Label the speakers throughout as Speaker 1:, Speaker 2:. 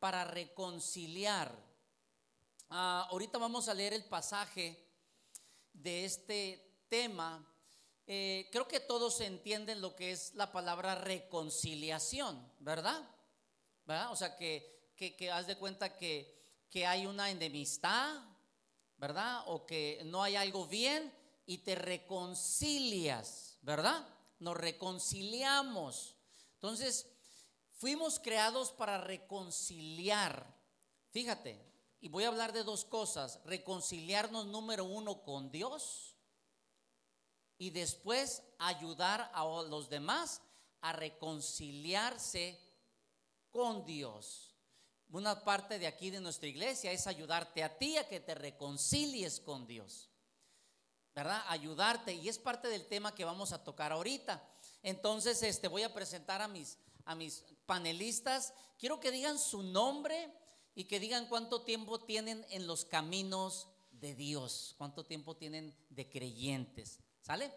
Speaker 1: para reconciliar. Ahorita vamos a leer el pasaje de este tema. Creo que todos entienden lo que es la palabra reconciliación, ¿verdad? ¿Verdad? O sea, que haz de cuenta que hay una enemistad, ¿verdad? O que no hay algo bien y te reconcilias, ¿verdad? Nos reconciliamos. Entonces, fuimos creados para reconciliar. Fíjate, y voy a hablar de dos cosas: reconciliarnos, número uno, con Dios, y después ayudar a los demás a reconciliarse con Dios. Una parte de aquí de nuestra iglesia es ayudarte a ti a que te reconcilies con Dios, ¿verdad? Ayudarte, y es parte del tema que vamos a tocar ahorita. Entonces, voy a presentar a mis panelistas. Quiero que digan su nombre y que digan cuánto tiempo tienen en los caminos de Dios, cuánto tiempo tienen de creyentes. ¿Sale?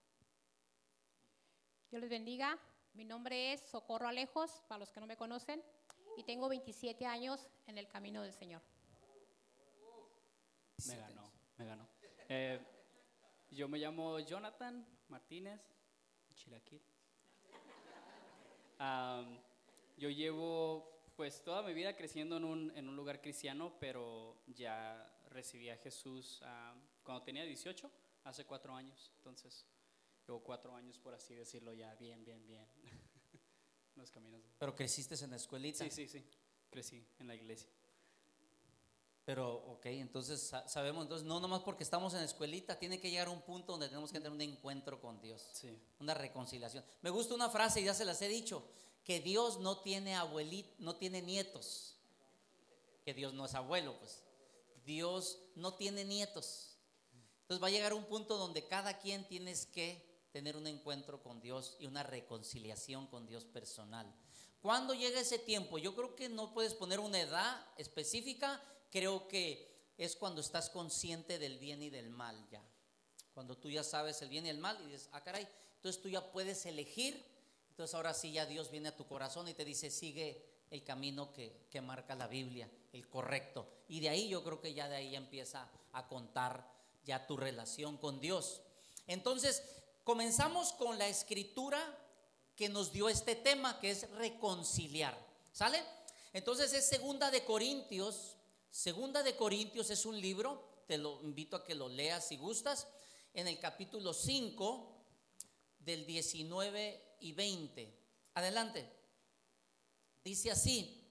Speaker 2: Dios les bendiga. Mi nombre es Socorro Alejos, para los que no me conocen, y tengo 27 años en el camino del Señor.
Speaker 3: Me ganó. Yo me llamo Jonathan Martínez Chilaquil. Yo llevo pues toda mi vida creciendo en un lugar cristiano, pero ya recibí a Jesús cuando tenía 18, hace 4 años. Entonces llevo 4 años, por así decirlo, ya bien los caminos.
Speaker 1: ¿Pero creciste en la escuelita?
Speaker 3: Sí, crecí en la iglesia.
Speaker 1: Pero, ok, entonces sabemos, entonces no nomás porque estamos en la escuelita, tiene que llegar a un punto donde tenemos que tener un encuentro con Dios,
Speaker 3: sí,
Speaker 1: una reconciliación. Me gusta una frase y ya se las he dicho, que Dios no tiene no tiene nietos, que Dios no es abuelo, pues Dios no tiene nietos. Entonces va a llegar un punto donde cada quien tienes que tener un encuentro con Dios y una reconciliación con Dios personal. ¿Cuándo llega ese tiempo? Yo creo que no puedes poner una edad específica. Creo que es cuando estás consciente del bien y del mal ya. Cuando tú ya sabes el bien y el mal y dices, caray, entonces tú ya puedes elegir. Entonces ahora sí ya Dios viene a tu corazón y te dice, sigue el camino que marca la Biblia, el correcto. Y de ahí yo creo que ya de ahí empieza a contar ya tu relación con Dios. Entonces comenzamos con la escritura que nos dio este tema, que es reconciliar. ¿Sale? Entonces es Segunda de Corintios. Segunda de Corintios es un libro, te lo invito a que lo leas si gustas, en el capítulo 5 del 19 y 20. Adelante. Dice así.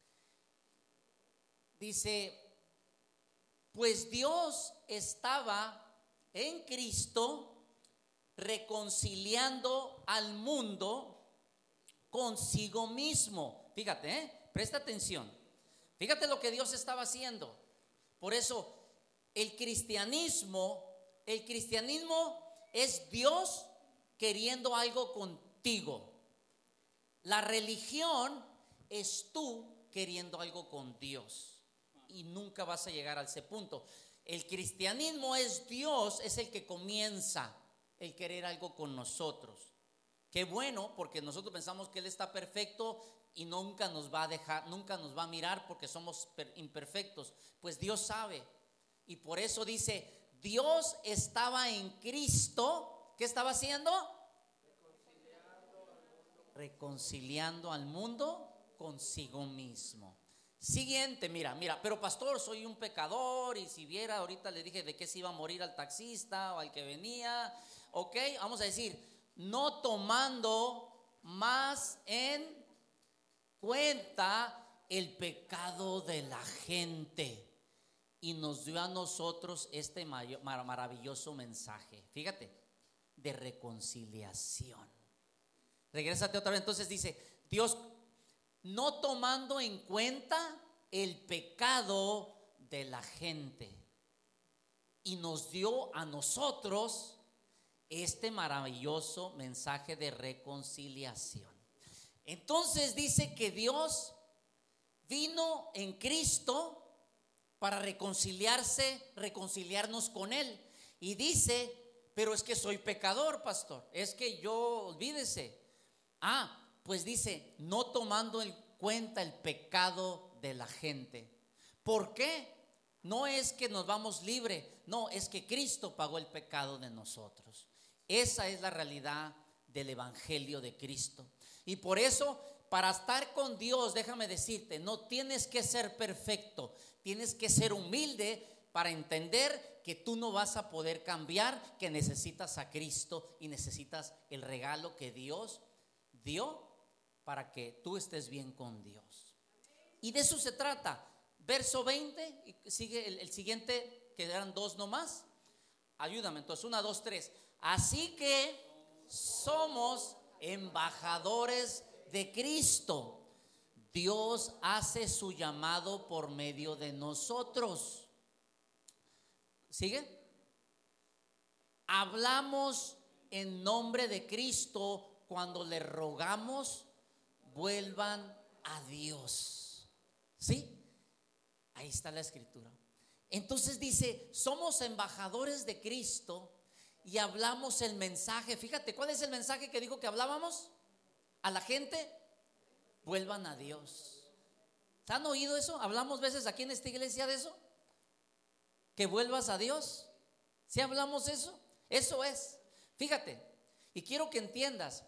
Speaker 1: Dice, pues Dios estaba en Cristo reconciliando al mundo consigo mismo. Fíjate, presta atención. Fíjate lo que Dios estaba haciendo. Por eso el cristianismo es Dios queriendo algo contigo. La religión es tú queriendo algo con Dios. Y nunca vas a llegar a ese punto. El cristianismo es Dios, es el que comienza el querer algo con nosotros. Qué bueno, porque nosotros pensamos que Él está perfecto y nunca nos va a dejar, nunca nos va a mirar porque somos imperfectos. Pues Dios sabe. Y por eso dice, Dios estaba en Cristo. ¿Qué estaba haciendo? Reconciliando al mundo consigo mismo. Siguiente, mira, pero pastor, soy un pecador, y si viera, ahorita le dije de qué se iba a morir al taxista o al que venía. Ok, vamos a decir, no tomando más en cuenta el pecado de la gente, y nos dio a nosotros este maravilloso mensaje, fíjate, de reconciliación. Regrésate otra vez. Entonces dice, Dios no tomando en cuenta el pecado de la gente, y nos dio a nosotros este maravilloso mensaje de reconciliación. Entonces dice que Dios vino en Cristo para reconciliarnos con Él. Y dice, pero es que soy pecador, pastor, es que yo, olvídese. Pues dice, no tomando en cuenta el pecado de la gente. ¿Por qué? No es que nos vamos libre, no, es que Cristo pagó el pecado de nosotros. Esa es la realidad del evangelio de Cristo. Y por eso, para estar con Dios, déjame decirte, no tienes que ser perfecto, tienes que ser humilde para entender que tú no vas a poder cambiar, que necesitas a Cristo y necesitas el regalo que Dios dio para que tú estés bien con Dios. Y de eso se trata. Verso 20, y sigue el siguiente, que eran 2 nomás. Ayúdame, entonces 1, 2, 3. Así que somos embajadores de Cristo. Dios hace su llamado por medio de nosotros. ¿Sigue? Hablamos en nombre de Cristo cuando le rogamos vuelvan a Dios. ¿Sí? Ahí está la escritura. Entonces dice, somos embajadores de Cristo y hablamos el mensaje. Fíjate, ¿cuál es el mensaje que dijo que hablábamos? A la gente, vuelvan a Dios. ¿Se han oído eso? Hablamos veces aquí en esta iglesia de eso. Que vuelvas a Dios. ¿Sí hablamos eso? Eso es. Fíjate, y quiero que entiendas,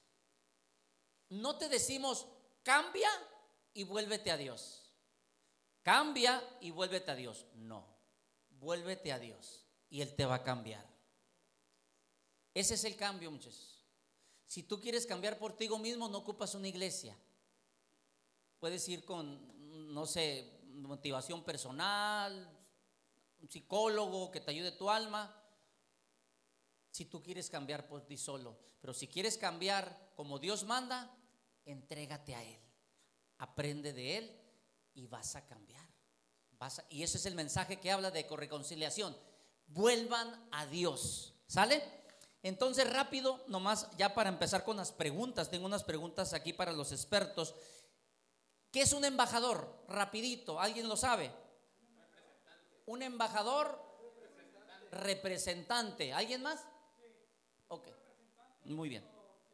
Speaker 1: no te decimos cambia y vuélvete a Dios. Cambia y vuélvete a Dios. No, vuélvete a Dios y Él te va a cambiar. Ese es el cambio, muchachos. Si tú quieres cambiar por ti mismo, no ocupas una iglesia. Puedes ir con, no sé, motivación personal, un psicólogo que te ayude tu alma. Si tú quieres cambiar por ti solo, pero si quieres cambiar como Dios manda, entrégate a Él, aprende de Él y vas a cambiar. Y ese es el mensaje que habla de reconciliación. Vuelvan a Dios. ¿Sale? Entonces rápido, nomás ya para empezar con las preguntas. Tengo unas preguntas aquí para los expertos. ¿Qué es un embajador? Rapidito, ¿alguien lo sabe? Un embajador, representante. ¿Alguien más? Ok, muy bien.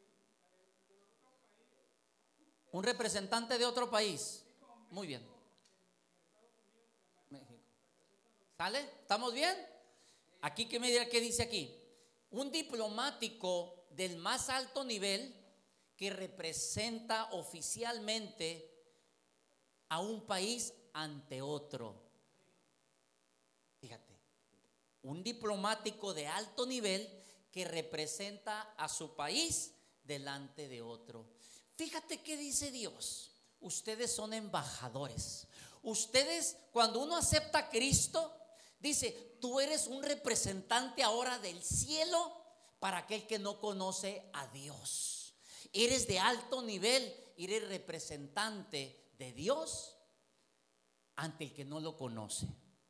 Speaker 1: Un representante de otro país. Muy bien. México. ¿Sale? ¿Estamos bien? Aquí, ¿qué me dirá? ¿Qué dice aquí? Un diplomático del más alto nivel que representa oficialmente a un país ante otro. Fíjate, un diplomático de alto nivel que representa a su país delante de otro. Fíjate qué dice Dios. Ustedes son embajadores. Ustedes, cuando uno acepta a Cristo, dice, tú eres un representante ahora del cielo para aquel que no conoce a Dios. Eres de alto nivel, eres representante de Dios ante el que no lo conoce.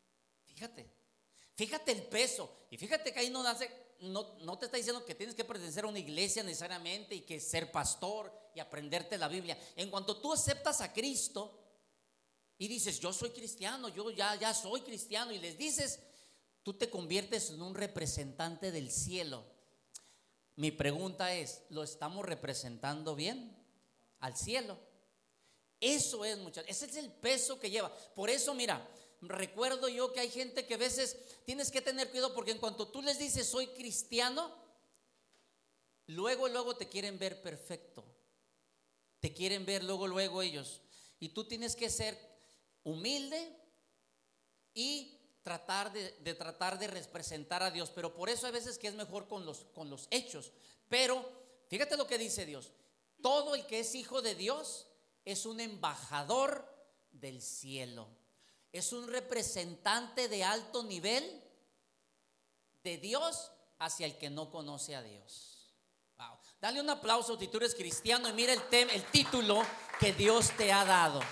Speaker 1: Fíjate el peso. Y fíjate que ahí no te está diciendo que tienes que pertenecer a una iglesia necesariamente y que ser pastor y aprenderte la Biblia. En cuanto tú aceptas a Cristo y dices, yo soy cristiano, yo ya soy cristiano, y les dices, tú te conviertes en un representante del cielo. Mi pregunta es, ¿lo estamos representando bien al cielo? Eso es, muchachos, ese es el peso que lleva. Por eso, mira, recuerdo yo que hay gente que a veces tienes que tener cuidado, porque en cuanto tú les dices soy cristiano, luego te quieren ver perfecto. Te quieren ver luego ellos. Y tú tienes que ser humilde y tratar de representar a Dios. Pero por eso hay veces que es mejor con los hechos. Pero fíjate lo que dice Dios. Todo el que es hijo de Dios es un embajador del cielo. Es un representante de alto nivel de Dios hacia el que no conoce a Dios. Wow. Dale un aplauso si tú eres cristiano y mira el título que Dios te ha dado.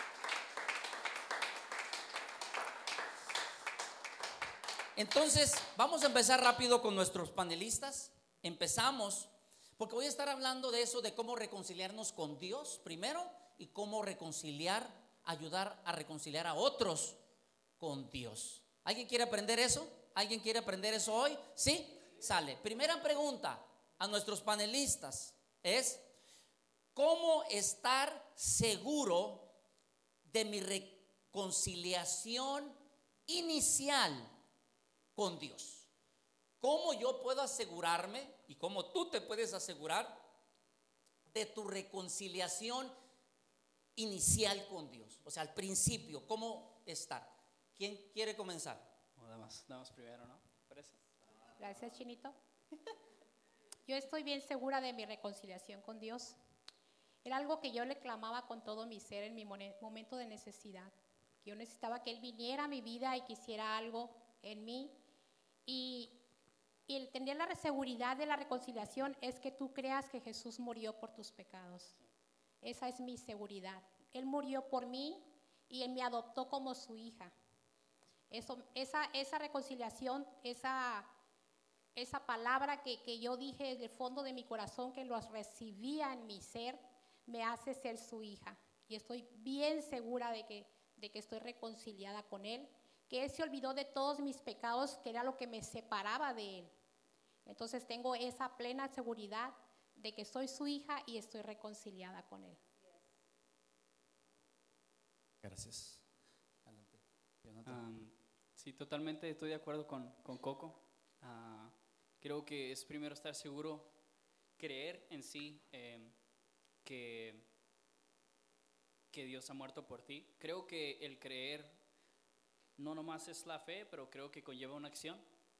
Speaker 1: Entonces, vamos a empezar rápido con nuestros panelistas. Empezamos, porque voy a estar hablando de eso, de cómo reconciliarnos con Dios primero y cómo ayudar a reconciliar a otros con Dios. ¿Alguien quiere aprender eso? ¿Alguien quiere aprender eso hoy? ¿Sí? Sale. Primera pregunta a nuestros panelistas es: ¿cómo estar seguro de mi reconciliación inicial con Dios. ¿Cómo yo puedo asegurarme y cómo tú te puedes asegurar de tu reconciliación inicial con Dios? O sea, al principio, ¿cómo estar? ¿Quién quiere comenzar?
Speaker 3: O damos primero, ¿no? ¿Parece?
Speaker 2: Gracias, Chinito. Yo estoy bien segura de mi reconciliación con Dios. Era algo que yo le clamaba con todo mi ser en mi momento de necesidad. Yo necesitaba que Él viniera a mi vida y quisiera algo en mí. Y el tener la seguridad de la reconciliación es que tú creas que Jesús murió por tus pecados. Esa es mi seguridad. Él murió por mí y Él me adoptó como su hija. Esa reconciliación, esa palabra que yo dije desde el fondo de mi corazón, que los recibía en mi ser, me hace ser su hija. Y estoy bien segura de que estoy reconciliada con Él, que Él se olvidó de todos mis pecados, que era lo que me separaba de Él. Entonces tengo esa plena seguridad de que soy su hija y estoy reconciliada con Él.
Speaker 1: Gracias.
Speaker 3: Sí, totalmente estoy de acuerdo con Coco. Creo que es primero estar seguro, creer en sí que Dios ha muerto por ti. Creo que el creer no nomás es la fe, pero creo que conlleva una acción.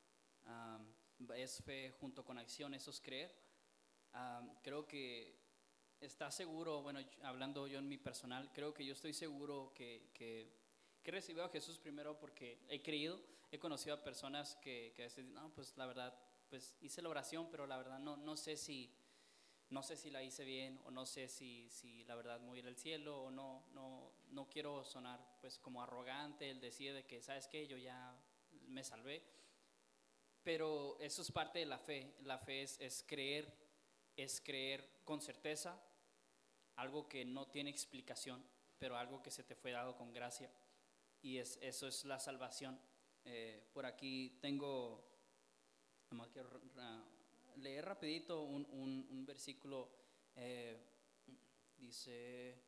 Speaker 3: Es fe junto con acción, eso es creer. Creo que está seguro, bueno, hablando yo en mi personal, creo que yo estoy seguro que he recibido a Jesús primero porque he creído. He conocido a personas que a veces, no, pues la verdad, pues hice la oración, pero la verdad no sé si la hice bien, o no sé si la verdad me voy a ir al cielo, o no quiero sonar pues como arrogante el decir de que, ¿sabes qué? Yo ya me salvé. Pero eso es parte de la fe. La fe es creer con certeza algo que no tiene explicación, pero algo que se te fue dado con gracia. Y eso es la salvación. Por aquí tengo, nomás quiero leer rapidito un versículo. Dice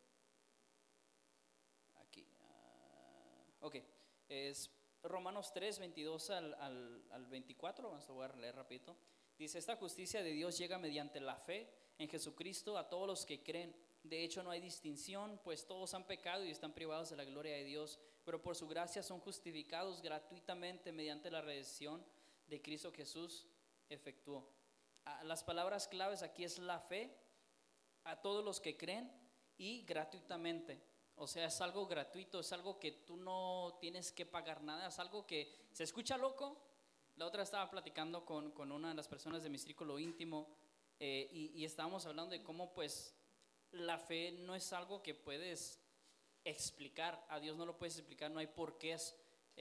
Speaker 3: aquí, ok, es Romanos 3, 22 al 24, vamos a voy a leer rapidito. Dice, esta justicia de Dios llega mediante la fe en Jesucristo a todos los que creen. De hecho no hay distinción, pues todos han pecado y están privados de la gloria de Dios, pero por su gracia son justificados gratuitamente mediante la redención de Cristo Jesús efectuó. Las palabras claves aquí es la fe, a todos los que creen, y gratuitamente. O sea, es algo gratuito, es algo que tú no tienes que pagar nada, es algo que se escucha loco. La otra estaba platicando con una de las personas de mi círculo íntimo y estábamos hablando de cómo pues la fe no es algo que puedes explicar. A Dios no lo puedes explicar, no hay porqués,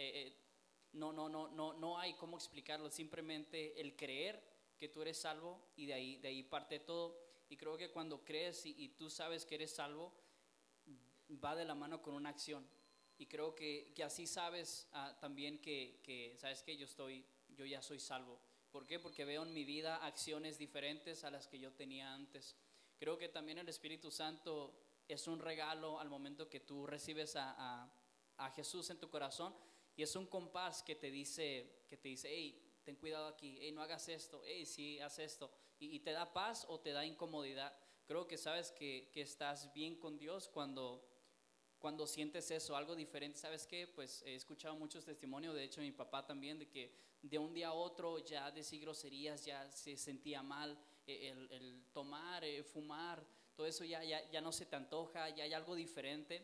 Speaker 3: no hay cómo explicarlo. Simplemente el creer que tú eres salvo, y de ahí parte todo. Y creo que cuando crees y tú sabes que eres salvo, va de la mano con una acción. Y creo que así sabes también que sabes que yo ya soy salvo. ¿Por qué? Porque veo en mi vida acciones diferentes a las que yo tenía antes. Creo que también el Espíritu Santo es un regalo al momento que tú recibes a Jesús en tu corazón, y es un compás que te dice, hey, ten cuidado aquí, hey, no hagas esto, hey, sí, haz esto, y te da paz o te da incomodidad. Creo que sabes que estás bien con Dios cuando sientes eso, algo diferente. ¿Sabes qué? Pues he escuchado muchos testimonios, de hecho mi papá también, de que de un día a otro ya decía groserías, ya se sentía mal, el tomar, fumar, todo eso ya no se te antoja, ya hay algo diferente.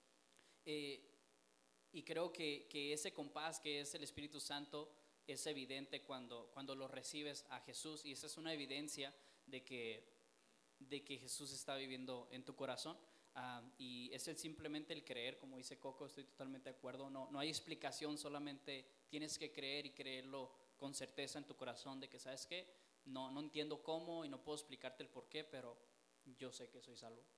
Speaker 3: Y creo que ese compás que es el Espíritu Santo es evidente cuando lo recibes a Jesús, y esa es una evidencia de que Jesús está viviendo en tu corazón. Y es simplemente el creer, como dice Coco, estoy totalmente de acuerdo. No hay explicación, solamente tienes que creer y creerlo con certeza en tu corazón de que, ¿sabes qué? No entiendo cómo y no puedo explicarte el por qué, pero yo sé que soy salvo.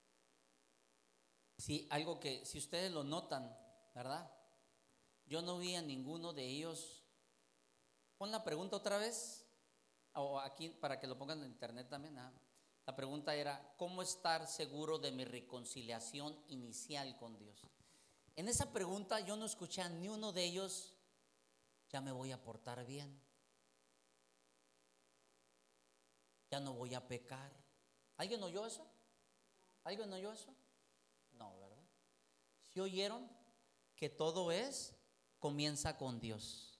Speaker 1: Sí, algo que si ustedes lo notan, ¿verdad? Yo no vi a ninguno de ellos. Pon la pregunta otra vez, o aquí para que lo pongan en internet también. La pregunta era, ¿cómo estar seguro de mi reconciliación inicial con Dios? En esa pregunta yo no escuché a ni uno de ellos, ya me voy a portar bien, ya no voy a pecar. ¿Alguien oyó eso? ¿Alguien oyó eso? No, ¿verdad? ¿Sí oyeron que todo comienza con Dios?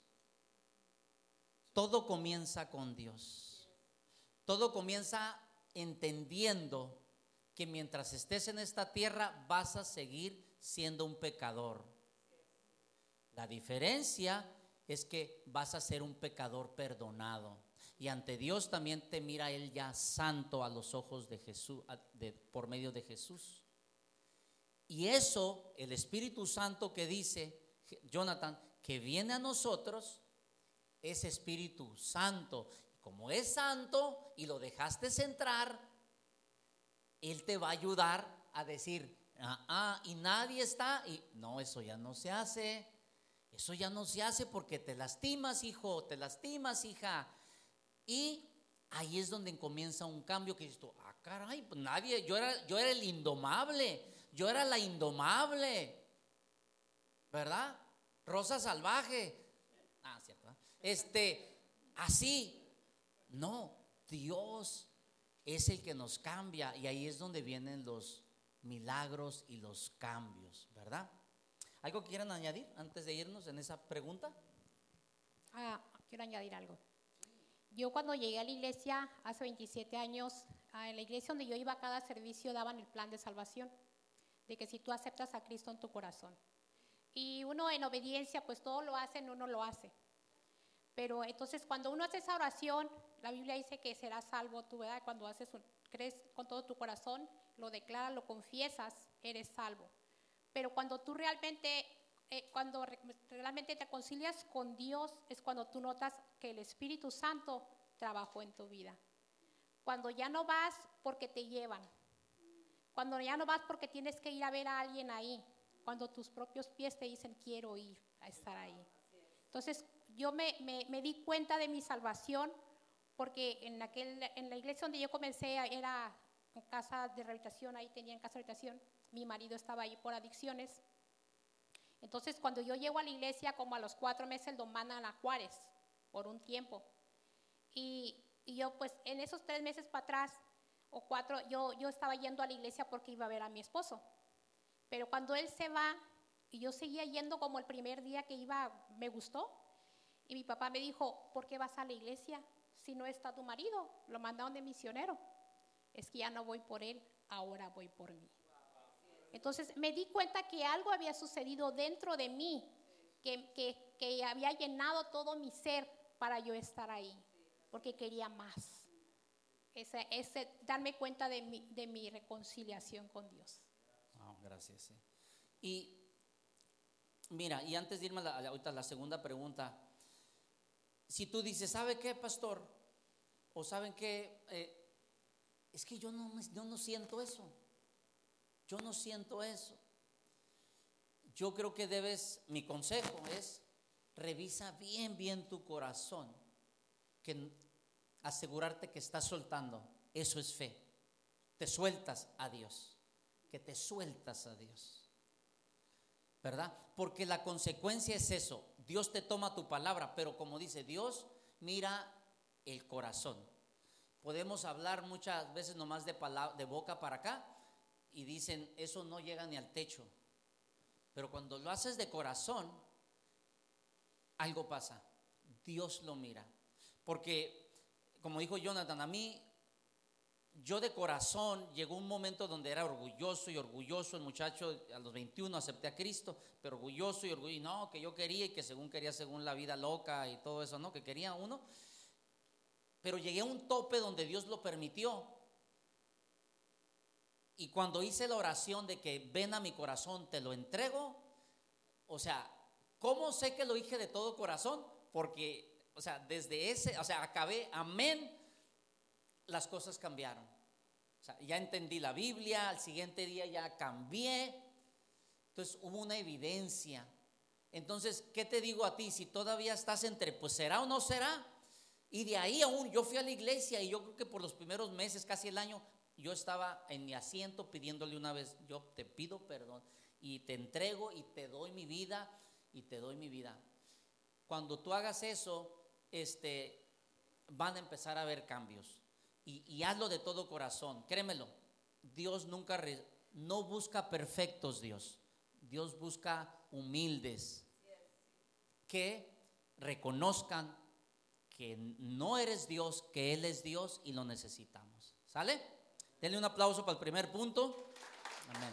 Speaker 1: Todo comienza con Dios. Todo comienza entendiendo que mientras estés en esta tierra vas a seguir siendo un pecador. La diferencia es que vas a ser un pecador perdonado y ante Dios también te mira Él ya santo a los ojos de Jesús, por medio de Jesús. Y eso, el Espíritu Santo que dice Jonathan, que viene a nosotros, es Espíritu Santo. Como es santo y lo dejaste entrar, Él te va a ayudar a decir, y nadie está, y no, eso ya no se hace. Eso ya no se hace porque te lastimas, hijo, te lastimas, hija. Y ahí es donde comienza un cambio que dices tú, caray, pues nadie, yo era el indomable, yo era la indomable, ¿verdad? Rosa salvaje. Cierto, así. No, Dios es el que nos cambia y ahí es donde vienen los milagros y los cambios, ¿verdad? ¿Algo que quieran añadir antes de irnos en esa pregunta?
Speaker 2: Quiero añadir algo. Yo cuando llegué a la iglesia hace 27 años, en la iglesia donde yo iba a cada servicio daban el plan de salvación, de que si tú aceptas a Cristo en tu corazón. Y uno en obediencia, pues todo lo hacen, uno lo hace. Pero entonces cuando uno hace esa oración, la Biblia dice que serás salvo tú, ¿verdad? Cuando crees con todo tu corazón, lo declaras, lo confiesas, eres salvo. Pero cuando tú realmente te reconcilias con Dios, es cuando tú notas que el Espíritu Santo trabajó en tu vida. Cuando ya no vas porque te llevan, cuando ya no vas porque tienes que ir a ver a alguien ahí, cuando tus propios pies te dicen quiero ir a estar ahí. Entonces yo me di cuenta de mi salvación porque en la iglesia donde yo comencé era en casa de rehabilitación, ahí tenían casa de rehabilitación, mi marido estaba ahí por adicciones. Entonces cuando yo llego a la iglesia, como a los 4 meses lo mandan a Juárez por un tiempo. Y yo pues en esos 3 meses para atrás o 4, yo estaba yendo a la iglesia porque iba a ver a mi esposo. Pero cuando él se va y yo seguía yendo como el primer día que iba, me gustó. Y mi papá me dijo, ¿por qué vas a la iglesia si no está tu marido? Lo mandaron de misionero. Es que ya no voy por él, ahora voy por mí. Entonces me di cuenta que algo había sucedido dentro de mí, que había llenado todo mi ser para yo estar ahí, porque quería más. Ese darme cuenta de mi reconciliación con Dios.
Speaker 1: Gracias. Sí. Y mira, y antes de irme ahorita a la segunda pregunta, si tú dices, ¿sabe qué, pastor? O ¿saben qué? Es que yo no siento eso. Yo no siento eso. Yo creo que mi consejo es, revisa bien tu corazón, que asegurarte que estás soltando, eso es fe. Te sueltas a Dios, que te sueltas a Dios, ¿verdad? Porque la consecuencia es eso, Dios te toma tu palabra, pero como dice Dios, mira el corazón. Podemos hablar muchas veces nomás de boca para acá y dicen, eso no llega ni al techo. Pero cuando lo haces de corazón, algo pasa. Dios lo mira. Porque, como dijo Jonathan, yo de corazón llegó un momento donde era orgulloso. El muchacho a los 21 acepté a Cristo, pero orgulloso y no, que yo quería y que según la vida loca y todo eso, ¿no? Que quería uno. Pero llegué a un tope donde Dios lo permitió. Y cuando hice la oración de que ven a mi corazón, te lo entrego, o sea, ¿cómo sé que lo dije de todo corazón? Porque, o sea, acabé, amén, las cosas cambiaron. O sea, ya entendí la Biblia, al siguiente día ya cambié. Entonces hubo una evidencia. Entonces, ¿qué te digo a ti? Si todavía estás entre, pues será o no será. Y de ahí aún yo fui a la iglesia y yo creo que por los primeros meses, casi el año, yo estaba en mi asiento pidiéndole una vez, yo te pido perdón y te entrego y te doy mi vida y te doy mi vida. Cuando tú hagas eso, van a empezar a haber cambios y hazlo de todo corazón, créemelo. Dios nunca no busca perfectos. Dios busca humildes que reconozcan que no eres Dios, que Él es Dios y lo necesitamos. ¿Sale? Denle un aplauso para el primer punto. Amén.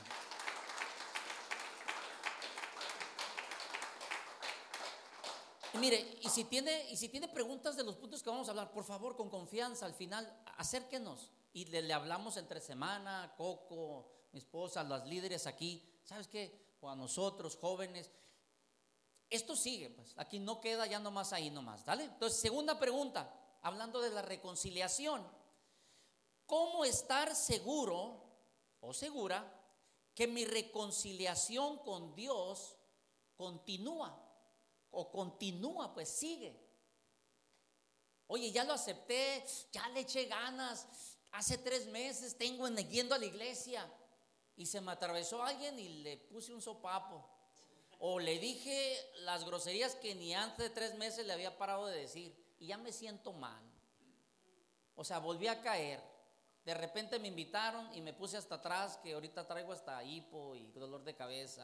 Speaker 1: Y mire, y si tiene preguntas de los puntos que vamos a hablar, por favor, con confianza, al final, acérquenos. Y le hablamos entre semana, Coco, mi esposa, los líderes aquí. ¿Sabes qué? O a nosotros, jóvenes. Esto sigue, pues. Aquí no queda ya nomás ahí nomás. ¿Dale? Entonces, segunda pregunta, hablando de la reconciliación. ¿Cómo estar seguro o segura que mi reconciliación con Dios continúa? O continúa, pues sigue. Oye, ya lo acepté, ya le eché ganas. Hace 3 meses tengo yendo a la iglesia y se me atravesó alguien y le puse un sopapo. O le dije las groserías que ni antes de 3 meses le había parado de decir y ya me siento mal. O sea, volví a caer. De repente me invitaron y me puse hasta atrás, que ahorita traigo hasta hipo y dolor de cabeza.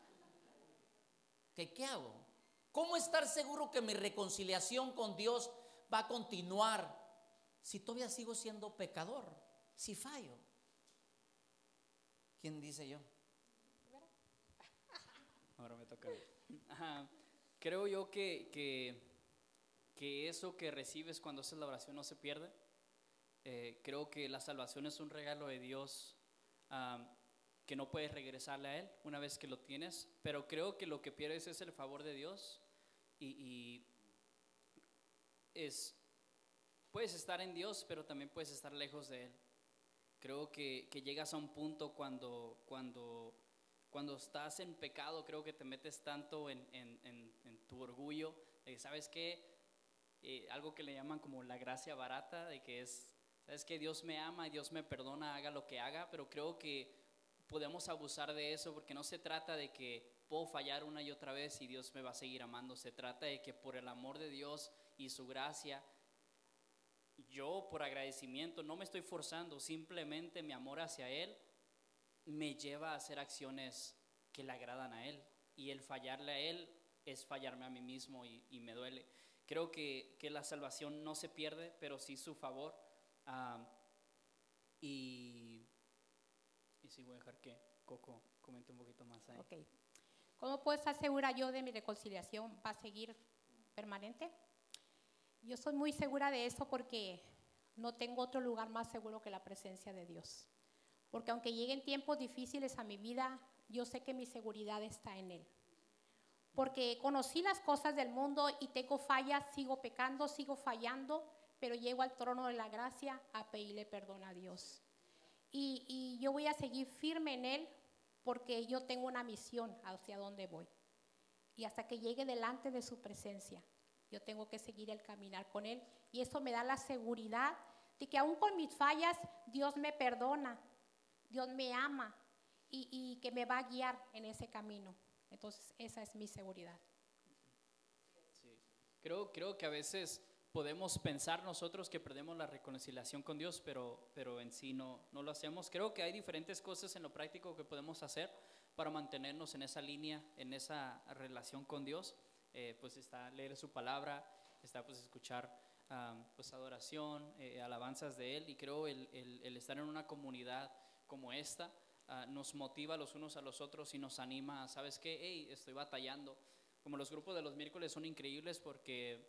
Speaker 1: ¿Qué hago? ¿Cómo estar seguro que mi reconciliación con Dios va a continuar si todavía sigo siendo pecador? Si fallo. ¿Quién dice yo?
Speaker 3: Ahora me toca. Ajá. Creo yo que eso que recibes cuando haces la oración no se pierde. Creo que la salvación es un regalo de Dios que no puedes regresarle a Él una vez que lo tienes, pero creo que lo que pierdes es el favor de Dios y puedes estar en Dios, pero también puedes estar lejos de Él. Creo que llegas a un punto cuando estás en pecado, creo que te metes tanto en tu orgullo, ¿sabes qué? Algo que le llaman como la gracia barata, de que ¿sabes qué? Dios me ama y Dios me perdona, haga lo que haga, pero creo que podemos abusar de eso porque no se trata de que puedo fallar una y otra vez y Dios me va a seguir amando. Se trata de que por el amor de Dios y su gracia, yo por agradecimiento no me estoy forzando, simplemente mi amor hacia Él me lleva a hacer acciones que le agradan a Él, y el fallarle a Él es fallarme a mí mismo y me duele. Creo que la salvación no se pierde, pero sí su favor. Y sí voy a dejar que Coco comente un poquito más ahí.
Speaker 2: Ok. ¿Cómo puedo estar segura yo de mi reconciliación va a seguir permanente? Yo soy muy segura de eso porque no tengo otro lugar más seguro que la presencia de Dios. Porque aunque lleguen tiempos difíciles a mi vida, yo sé que mi seguridad está en Él. Porque conocí las cosas del mundo y tengo fallas, sigo pecando, sigo fallando, pero llego al trono de la gracia a pedirle perdón a Dios. Y yo voy a seguir firme en Él porque yo tengo una misión hacia dónde voy. Y hasta que llegue delante de su presencia, yo tengo que seguir el caminar con Él. Y eso me da la seguridad de que aún con mis fallas, Dios me perdona, Dios me ama y que me va a guiar en ese camino. Entonces, esa es mi seguridad.
Speaker 3: Sí. Creo que a veces podemos pensar nosotros que perdemos la reconciliación con Dios, pero en sí no lo hacemos. Creo que hay diferentes cosas en lo práctico que podemos hacer para mantenernos en esa línea, en esa relación con Dios. Pues está leer su palabra, está pues escuchar pues adoración, alabanzas de Él, y creo el estar en una comunidad como esta nos motiva los unos a los otros y nos anima. ¿Sabes qué? Hey, estoy batallando. Como los grupos de los miércoles son increíbles porque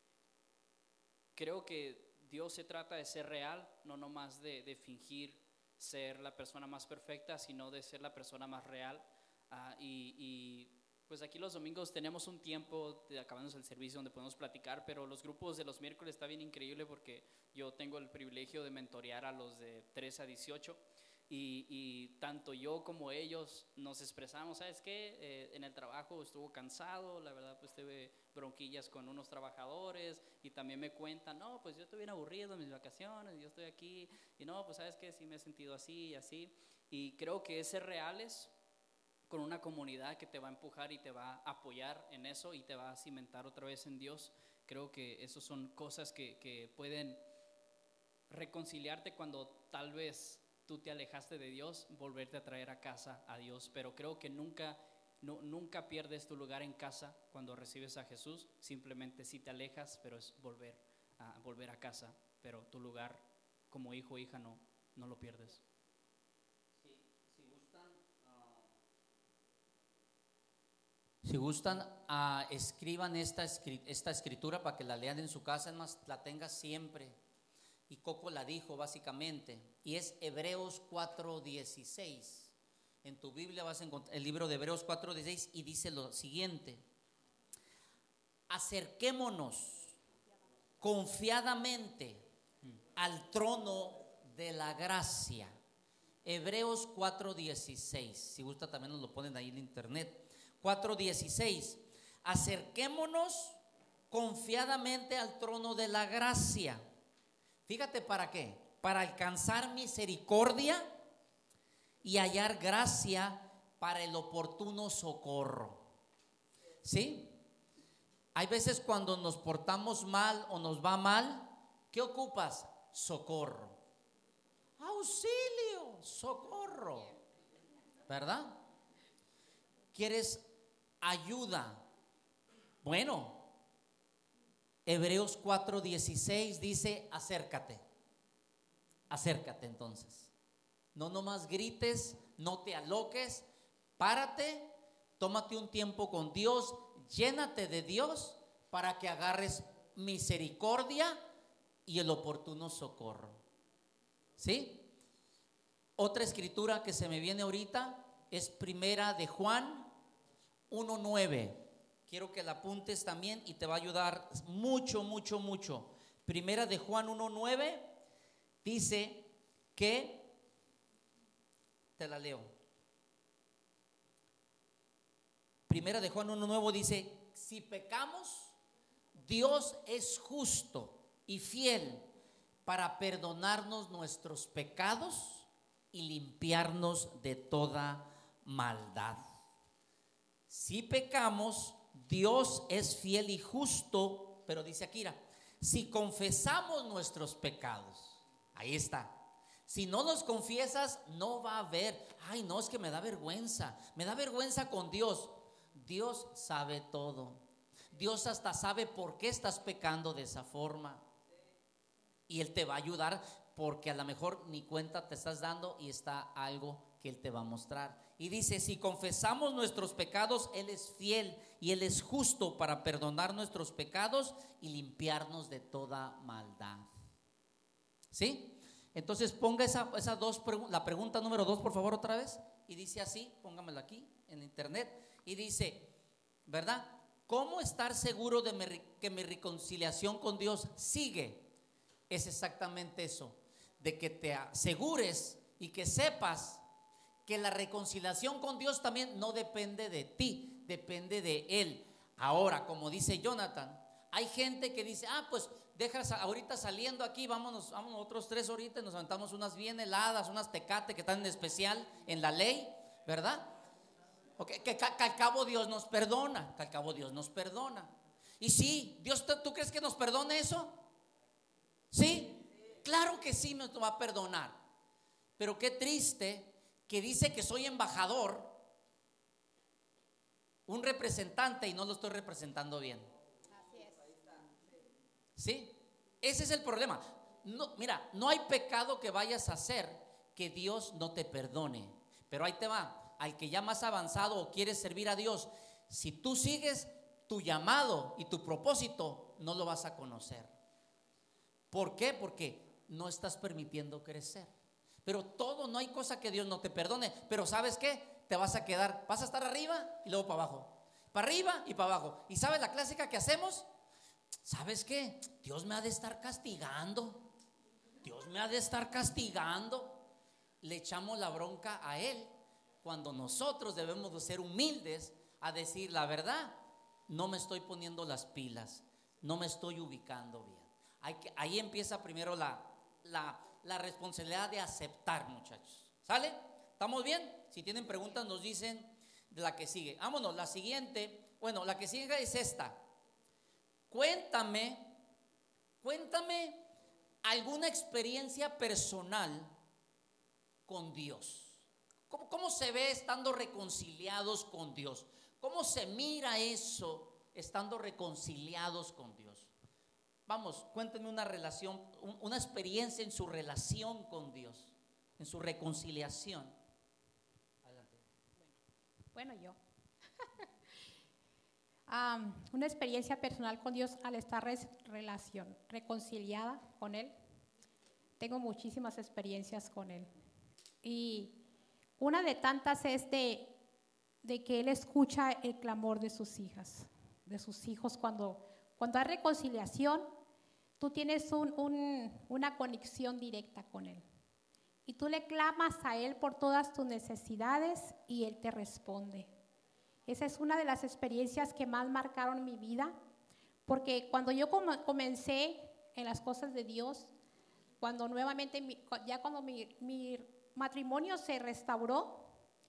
Speaker 3: creo que Dios se trata de ser real, no nomás de fingir ser la persona más perfecta, sino de ser la persona más real. Y pues aquí los domingos tenemos un tiempo acabándose el servicio donde podemos platicar, pero los grupos de los miércoles está bien increíble porque yo tengo el privilegio de mentorear a los de 13 a 18 y tanto yo como ellos nos expresamos, ¿sabes qué? En el trabajo estuvo cansado, la verdad pues tuve bronquillas con unos trabajadores y también me cuentan, no, pues yo estoy bien aburrido en mis vacaciones, yo estoy aquí y no, pues ¿sabes qué? Sí me he sentido así y así, y creo que es ser reales con una comunidad que te va a empujar y te va a apoyar en eso y te va a cimentar otra vez en Dios. Creo que eso son cosas que pueden reconciliarte cuando tal vez tú te alejaste de Dios, volverte a traer a casa a Dios. Pero creo que nunca pierdes tu lugar en casa cuando recibes a Jesús. Simplemente si te alejas, pero es volver a casa. Pero tu lugar como hijo o hija no lo pierdes.
Speaker 1: Si gustan, escriban esta escritura para que la lean en su casa, es más, la tengas siempre. Y Coco la dijo básicamente, y es Hebreos 4:16. En tu Biblia vas a encontrar el libro de Hebreos 4:16 y dice lo siguiente: acerquémonos confiadamente al trono de la gracia. Hebreos 4:16, si gusta también nos lo ponen ahí en internet. 4:16, acerquémonos confiadamente al trono de la gracia. Fíjate, ¿para qué? Para alcanzar misericordia y hallar gracia para el oportuno socorro. ¿Sí? Hay veces cuando nos portamos mal o nos va mal, ¿qué ocupas? Socorro. Auxilio, socorro. ¿Verdad? ¿Quieres ayuda? Bueno, Hebreos 4:16 dice: acércate. Acércate entonces. No nomás grites, no te aloques, párate, tómate un tiempo con Dios, llénate de Dios para que agarres misericordia y el oportuno socorro. ¿Sí? Otra escritura que se me viene ahorita es Primera de Juan 1:9. Quiero que la apuntes también y te va a ayudar mucho. Primera de Juan 1:9 dice que, te la leo. Primera de Juan 1:9 dice: si pecamos, Dios es justo y fiel para perdonarnos nuestros pecados y limpiarnos de toda maldad. Si pecamos, Dios es fiel y justo, pero dice Akira, si confesamos nuestros pecados, ahí está. Si no los confiesas, no va a haber, ay, no, es que me da vergüenza con Dios. Dios sabe todo. Dios hasta sabe por qué estás pecando de esa forma. Y Él te va a ayudar porque a lo mejor ni cuenta te estás dando y está algo que Él te va a mostrar. Y dice, si confesamos nuestros pecados, Él es fiel y Él es justo para perdonar nuestros pecados y limpiarnos de toda maldad. ¿Sí? Entonces ponga la pregunta número 2, por favor, otra vez. Y dice así, póngamela aquí en internet. Y dice, ¿verdad? ¿Cómo estar seguro de que mi reconciliación con Dios sigue? Es exactamente eso, de que te asegures y que sepas que la reconciliación con Dios también no depende de ti, depende de Él. Ahora, como dice Jonathan, hay gente que dice, pues dejas ahorita saliendo aquí, vámonos otros 3 horitas y nos aventamos unas bien heladas, unas Tecate que están en especial en la ley, ¿verdad? Okay, que al cabo Dios nos perdona, Y sí, Dios, ¿tú crees que nos perdone eso? ¿Sí? Claro que sí nos va a perdonar. Pero qué triste que dice que soy embajador, un representante, y no lo estoy representando bien.
Speaker 2: Así es.
Speaker 1: ¿Sí? Ese es el problema. No, mira, no hay pecado que vayas a hacer que Dios no te perdone. Pero ahí te va, al que ya más avanzado o quieres servir a Dios, si tú sigues tu llamado y tu propósito, no lo vas a conocer. ¿Por qué? Porque no estás permitiendo crecer. Pero no hay cosa que Dios no te perdone. Pero ¿sabes qué? Te vas a quedar, vas a estar arriba y luego para abajo, para arriba y para abajo. ¿Y sabes la clásica que hacemos? ¿Sabes qué? Dios me ha de estar castigando. le echamos la bronca a Él, cuando nosotros debemos de ser humildes a decir la verdad. No me estoy poniendo las pilas, no me estoy ubicando bien. Ahí empieza primero la responsabilidad de aceptar, muchachos. ¿Sale? ¿Estamos bien? Si tienen preguntas nos dicen de la que sigue. Vámonos, la siguiente. Bueno, la que sigue es esta. Cuéntame alguna experiencia personal con Dios. ¿Cómo se ve estando reconciliados con Dios? ¿Cómo se mira eso estando reconciliados con Dios? Vamos, cuéntenme una relación, una experiencia en su relación con Dios, en su reconciliación. Adelante.
Speaker 2: Bueno, yo. Una experiencia personal con Dios al estar reconciliada con Él. Tengo muchísimas experiencias con Él. Y una de tantas es de que Él escucha el clamor de sus hijas, de sus hijos. Cuando hay reconciliación, tú tienes una conexión directa con Él. Y tú le clamas a Él por todas tus necesidades y Él te responde. Esa es una de las experiencias que más marcaron mi vida, porque cuando yo comencé en las cosas de Dios, cuando nuevamente, cuando mi matrimonio se restauró,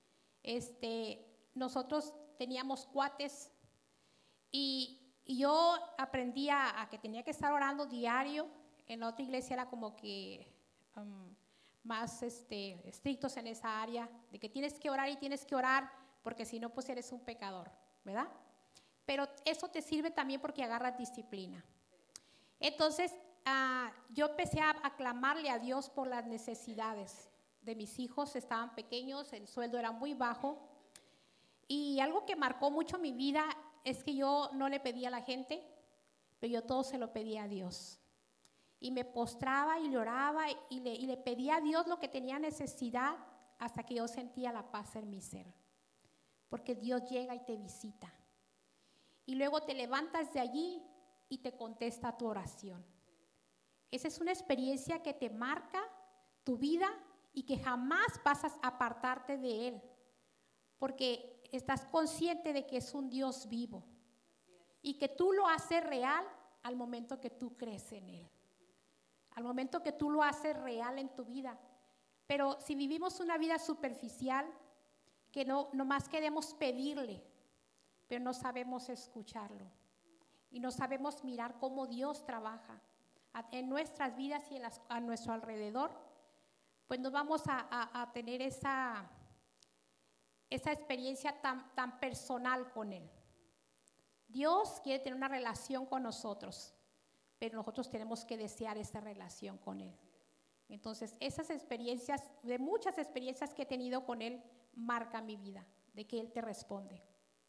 Speaker 2: nosotros teníamos cuates y yo aprendí a que tenía que estar orando diario. En la otra iglesia era como que más estrictos en esa área, de que tienes que orar y tienes que orar, porque si no, pues eres un pecador, ¿verdad? Pero eso te sirve también porque agarras disciplina. Entonces, yo empecé a clamarle a Dios por las necesidades de mis hijos. Estaban pequeños, el sueldo era muy bajo. Y algo que marcó mucho mi vida es que yo no le pedía a la gente, pero yo todo se lo pedía a Dios. Y me postraba y lloraba y le pedía a Dios lo que tenía necesidad, hasta que yo sentía la paz en mi ser. Porque Dios llega y te visita. Y luego te levantas de allí y te contesta tu oración. Esa es una experiencia que te marca tu vida y que jamás vas a apartarte de Él. Porque estás consciente de que es un Dios vivo. Y que tú lo haces real al momento que tú crees en Él. Al momento que tú lo haces real en tu vida. Pero si vivimos una vida superficial, que nomás queremos pedirle, pero no sabemos escucharlo. Y no sabemos mirar cómo Dios trabaja en nuestras vidas y a nuestro alrededor, pues no vamos a tener esa experiencia tan personal con Él. Dios quiere tener una relación con nosotros, pero nosotros tenemos que desear esa relación con Él. Entonces, esas experiencias, de muchas experiencias que he tenido con Él, marca mi vida, de que Él te responde.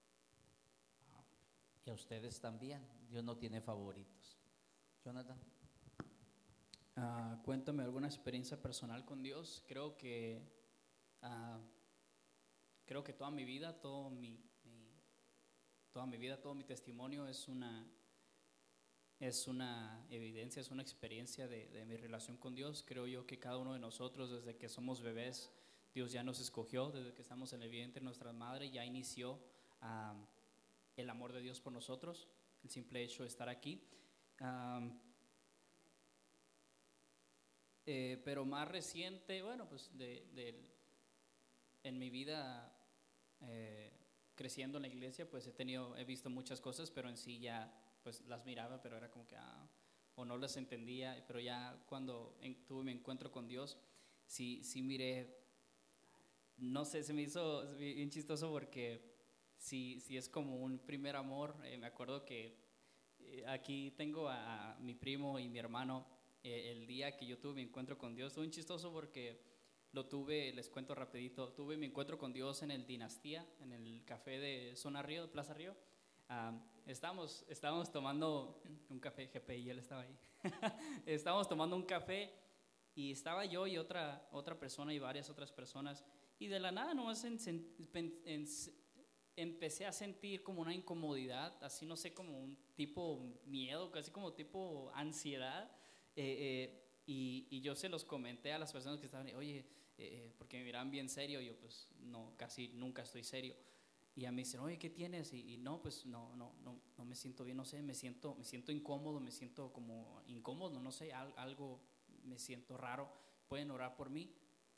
Speaker 1: Y a ustedes también. Dios no tiene favoritos. Jonathan.
Speaker 3: Cuéntame alguna experiencia personal con Dios. Creo que toda mi vida, todo mi testimonio es una evidencia, es una experiencia de mi relación con Dios. Creo yo que cada uno de nosotros, desde que somos bebés, Dios ya nos escogió. Desde que estamos en el vientre de nuestra madre, ya inició el amor de Dios por nosotros, el simple hecho de estar aquí. Pero más reciente, bueno, pues en mi vida creciendo en la iglesia, pues he visto muchas cosas, pero en sí ya pues las miraba, pero era como que o no las entendía. Pero ya cuando tuve mi encuentro con Dios, sí miré, no sé, se me hizo bien chistoso, porque sí es como un primer amor. Me acuerdo que aquí tengo a mi primo y mi hermano. El día que yo tuve mi encuentro con Dios, fue muy chistoso porque les cuento rapidito, tuve mi encuentro con Dios en el Dinastía, en el café de Zona Río, de Plaza Río. Estábamos tomando un café, GPI, él estaba ahí. Estábamos tomando un café y estaba yo y otra persona y varias otras personas, y de la nada nomás empecé a sentir como una incomodidad, así no sé, como un tipo miedo, casi como tipo ansiedad. Y yo se los comenté a las personas que estaban ahí: oye, porque me miraban bien serio. Yo pues no, casi nunca estoy serio. Y a mí me dicen, oye, ¿qué tienes? Y no, pues no me siento bien, no sé, me siento incómodo, me siento como incómodo, no sé, algo me siento raro. Pueden orar por mí.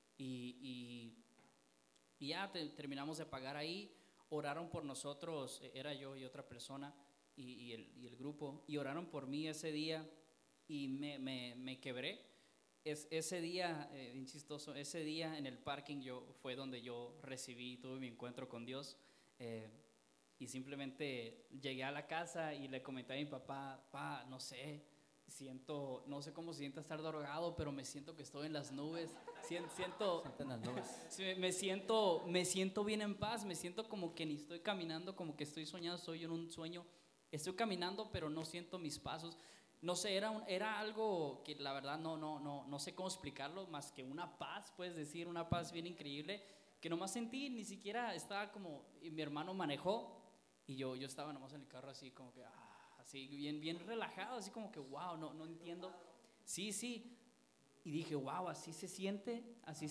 Speaker 3: Y ya terminamos de pagar ahí. Oraron por nosotros, era yo y otra persona y el grupo, y oraron por mí ese día y me quebré. Ese día, bien chistoso, ese día en el parking fue donde yo tuve mi encuentro con Dios. Y simplemente llegué a la casa y le comenté a mi papá, no sé cómo se siente estar drogado, pero me siento que estoy en las nubes. Siento
Speaker 1: En las nubes.
Speaker 3: Sí, me siento bien en paz, me siento como que ni estoy caminando, como que estoy soñando, estoy en un sueño, estoy caminando pero no siento mis pasos. No sé, era algo que la verdad no sé cómo explicarlo, más que una paz, puedes decir, una paz bien increíble, que nomás sentí, ni siquiera estaba como, y mi hermano manejó, y yo estaba nomás en el carro así como que, así bien relajado, así como que wow, no entiendo. Sí. Y dije, wow, así se siente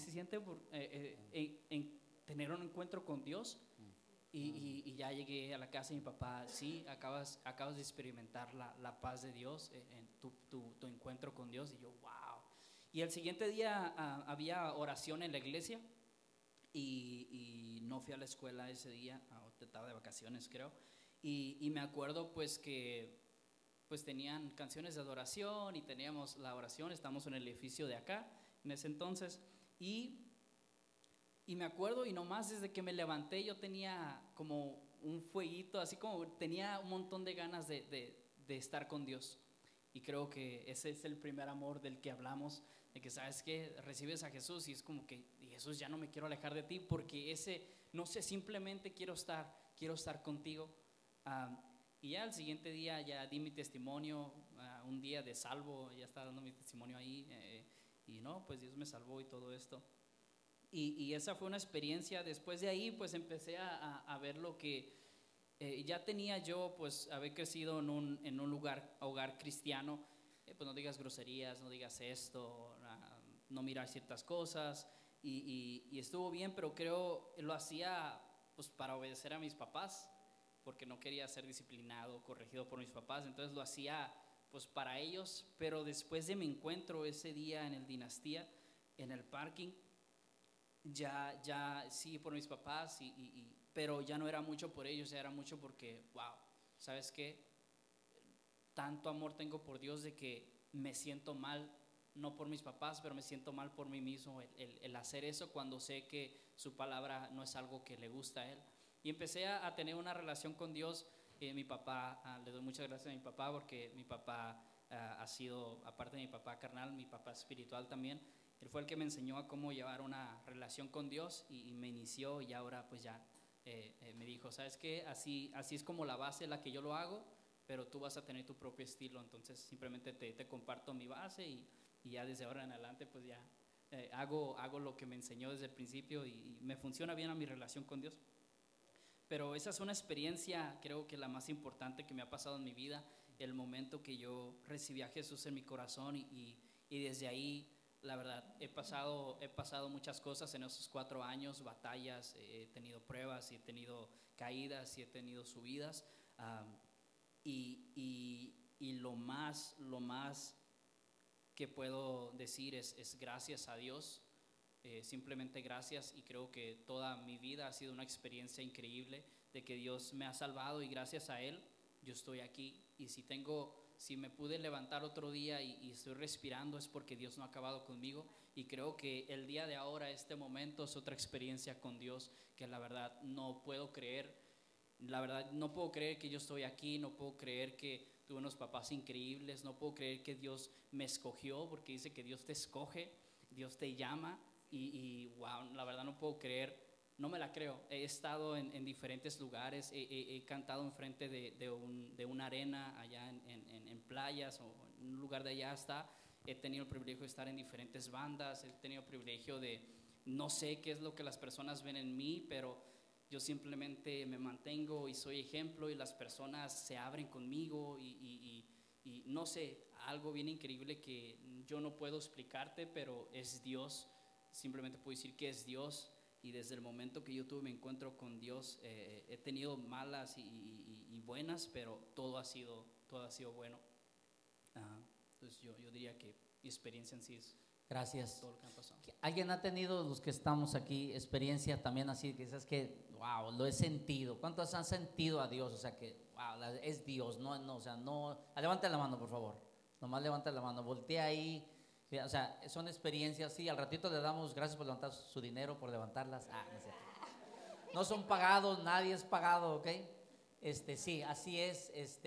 Speaker 3: en tener un encuentro con Dios. Y ya llegué a la casa de mi papá, sí, acabas de experimentar la paz de Dios en tu encuentro con Dios. Y yo, wow. Y el siguiente día había oración en la iglesia y no fui a la escuela ese día, estaba de vacaciones creo. Y me acuerdo pues que pues tenían canciones de adoración y teníamos la oración, estamos en el edificio de acá en ese entonces, y me acuerdo, y nomás desde que me levanté yo tenía como un fueguito, así como tenía un montón de ganas de estar con Dios. Y creo que ese es el primer amor del que hablamos, de que sabes que recibes a Jesús y es como que, Jesús, ya no me quiero alejar de ti, porque no sé, simplemente quiero estar contigo. Y ya el siguiente día ya di mi testimonio, un día de salvo, ya estaba dando mi testimonio ahí, y no, pues Dios me salvó y todo esto. Y esa fue una experiencia. Después de ahí pues empecé a ver lo que ya tenía yo, pues haber crecido en un hogar cristiano. Pues no digas groserías, no digas esto, no mirar ciertas cosas, y estuvo bien, pero creo lo hacía pues para obedecer a mis papás, porque no quería ser disciplinado, corregido por mis papás, entonces lo hacía pues para ellos. Pero después de mi encuentro ese día en el Dinastía, en el parking, ya sí por mis papás, pero ya no era mucho por ellos, ya era mucho porque, wow, ¿sabes qué? Tanto amor tengo por Dios de que me siento mal, no por mis papás, pero me siento mal por mí mismo, el hacer eso cuando sé que su palabra no es algo que le gusta a Él. Y empecé a tener una relación con Dios. Mi papá, le doy muchas gracias a mi papá, porque mi papá ha sido, aparte de mi papá carnal, mi papá espiritual también. Él fue el que me enseñó a cómo llevar una relación con Dios, y me inició, y ahora pues ya me dijo, ¿sabes qué? Así es como la base la que yo lo hago, pero tú vas a tener tu propio estilo. Entonces simplemente te comparto mi base, y ya desde ahora en adelante pues ya hago lo que me enseñó desde el principio, y me funciona bien a mi relación con Dios. Pero esa es una experiencia, creo que la más importante que me ha pasado en mi vida, el momento que yo recibí a Jesús en mi corazón, y desde ahí, la verdad, he pasado muchas cosas en esos 4 años, batallas, he tenido pruebas, y he tenido caídas, y he tenido subidas, y lo más que puedo decir es gracias a Dios. Simplemente gracias, y creo que toda mi vida ha sido una experiencia increíble de que Dios me ha salvado, y gracias a Él yo estoy aquí. Y si me pude levantar otro día y estoy respirando, es porque Dios no ha acabado conmigo. Y creo que el día de ahora, este momento, es otra experiencia con Dios que la verdad no puedo creer. La verdad no puedo creer que yo estoy aquí, no puedo creer que tuve unos papás increíbles, no puedo creer que Dios me escogió, porque dice que Dios te escoge, Dios te llama. Y wow, la verdad no puedo creer, no me la creo. He estado en diferentes lugares, he cantado enfrente de una arena allá en playas, o en un lugar de allá hasta. He tenido el privilegio de estar en diferentes bandas, he tenido el privilegio de, no sé qué es lo que las personas ven en mí, pero yo simplemente me mantengo y soy ejemplo, y las personas se abren conmigo, y no sé, algo bien increíble que yo no puedo explicarte, pero es Dios. simplemente puedo decir que es Dios. Y desde el momento que yo tuve mi encuentro con Dios, he tenido malas y buenas, pero todo ha sido bueno. Entonces yo diría que mi experiencia en sí es
Speaker 1: Gracias.
Speaker 3: todo lo que me ha pasado.
Speaker 1: ¿Alguien ha tenido, los que estamos aquí, experiencia también así, que dices que, wow, lo he sentido? ¿Cuántos han sentido a Dios? O sea, que, wow, es Dios, no, o sea, no. Levanta la mano, por favor. Nomás levanta la mano, voltea ahí. O sea, son experiencias, sí, al ratito le damos gracias por levantar su dinero, por levantarlas. No es cierto. No son pagados, nadie es pagado, ¿ok? Sí, así es,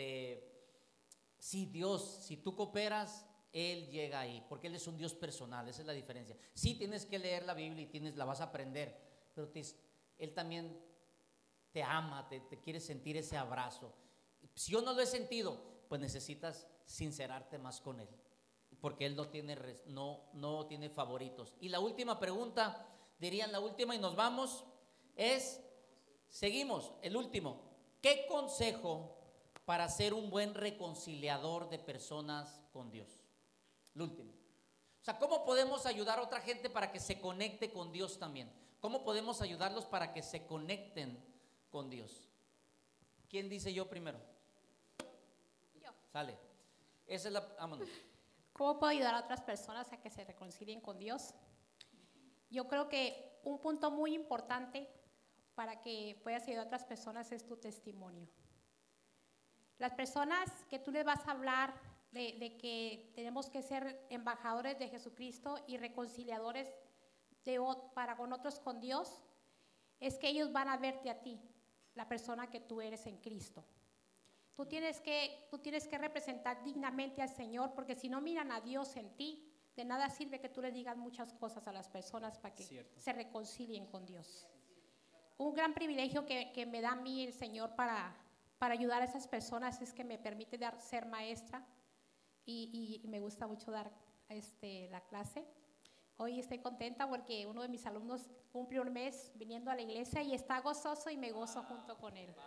Speaker 1: sí, Dios, si tú cooperas, Él llega ahí, porque Él es un Dios personal, esa es la diferencia. Sí, tienes que leer la Biblia y la vas a aprender, pero Él también te ama, te quiere sentir ese abrazo. Si yo no lo he sentido, pues necesitas sincerarte más con Él, porque Él no tiene favoritos. Y la última pregunta, dirían la última y nos vamos, seguimos, el último. ¿Qué consejo para ser un buen reconciliador de personas con Dios? Lo último. O sea, ¿cómo podemos ayudar a otra gente para que se conecte con Dios también? ¿Cómo podemos ayudarlos para que se conecten con Dios? ¿Quién dice yo primero?
Speaker 2: Yo.
Speaker 1: Sale. Vámonos.
Speaker 2: ¿Cómo puedo ayudar a otras personas a que se reconcilien con Dios? Yo creo que un punto muy importante para que puedas ayudar a otras personas es tu testimonio. Las personas que tú les vas a hablar de que tenemos que ser embajadores de Jesucristo y reconciliadores para con otros con Dios, es que ellos van a verte a ti, la persona que tú eres en Cristo. Tú tienes que representar dignamente al Señor, porque si no miran a Dios en ti, de nada sirve que tú le digas muchas cosas a las personas para que se reconcilien con Dios. Un gran privilegio que me da a mí el Señor para ayudar a esas personas es que me permite ser maestra y me gusta mucho dar la clase. Hoy estoy contenta porque uno de mis alumnos cumple un mes viniendo a la iglesia y está gozoso y me gozo junto con él.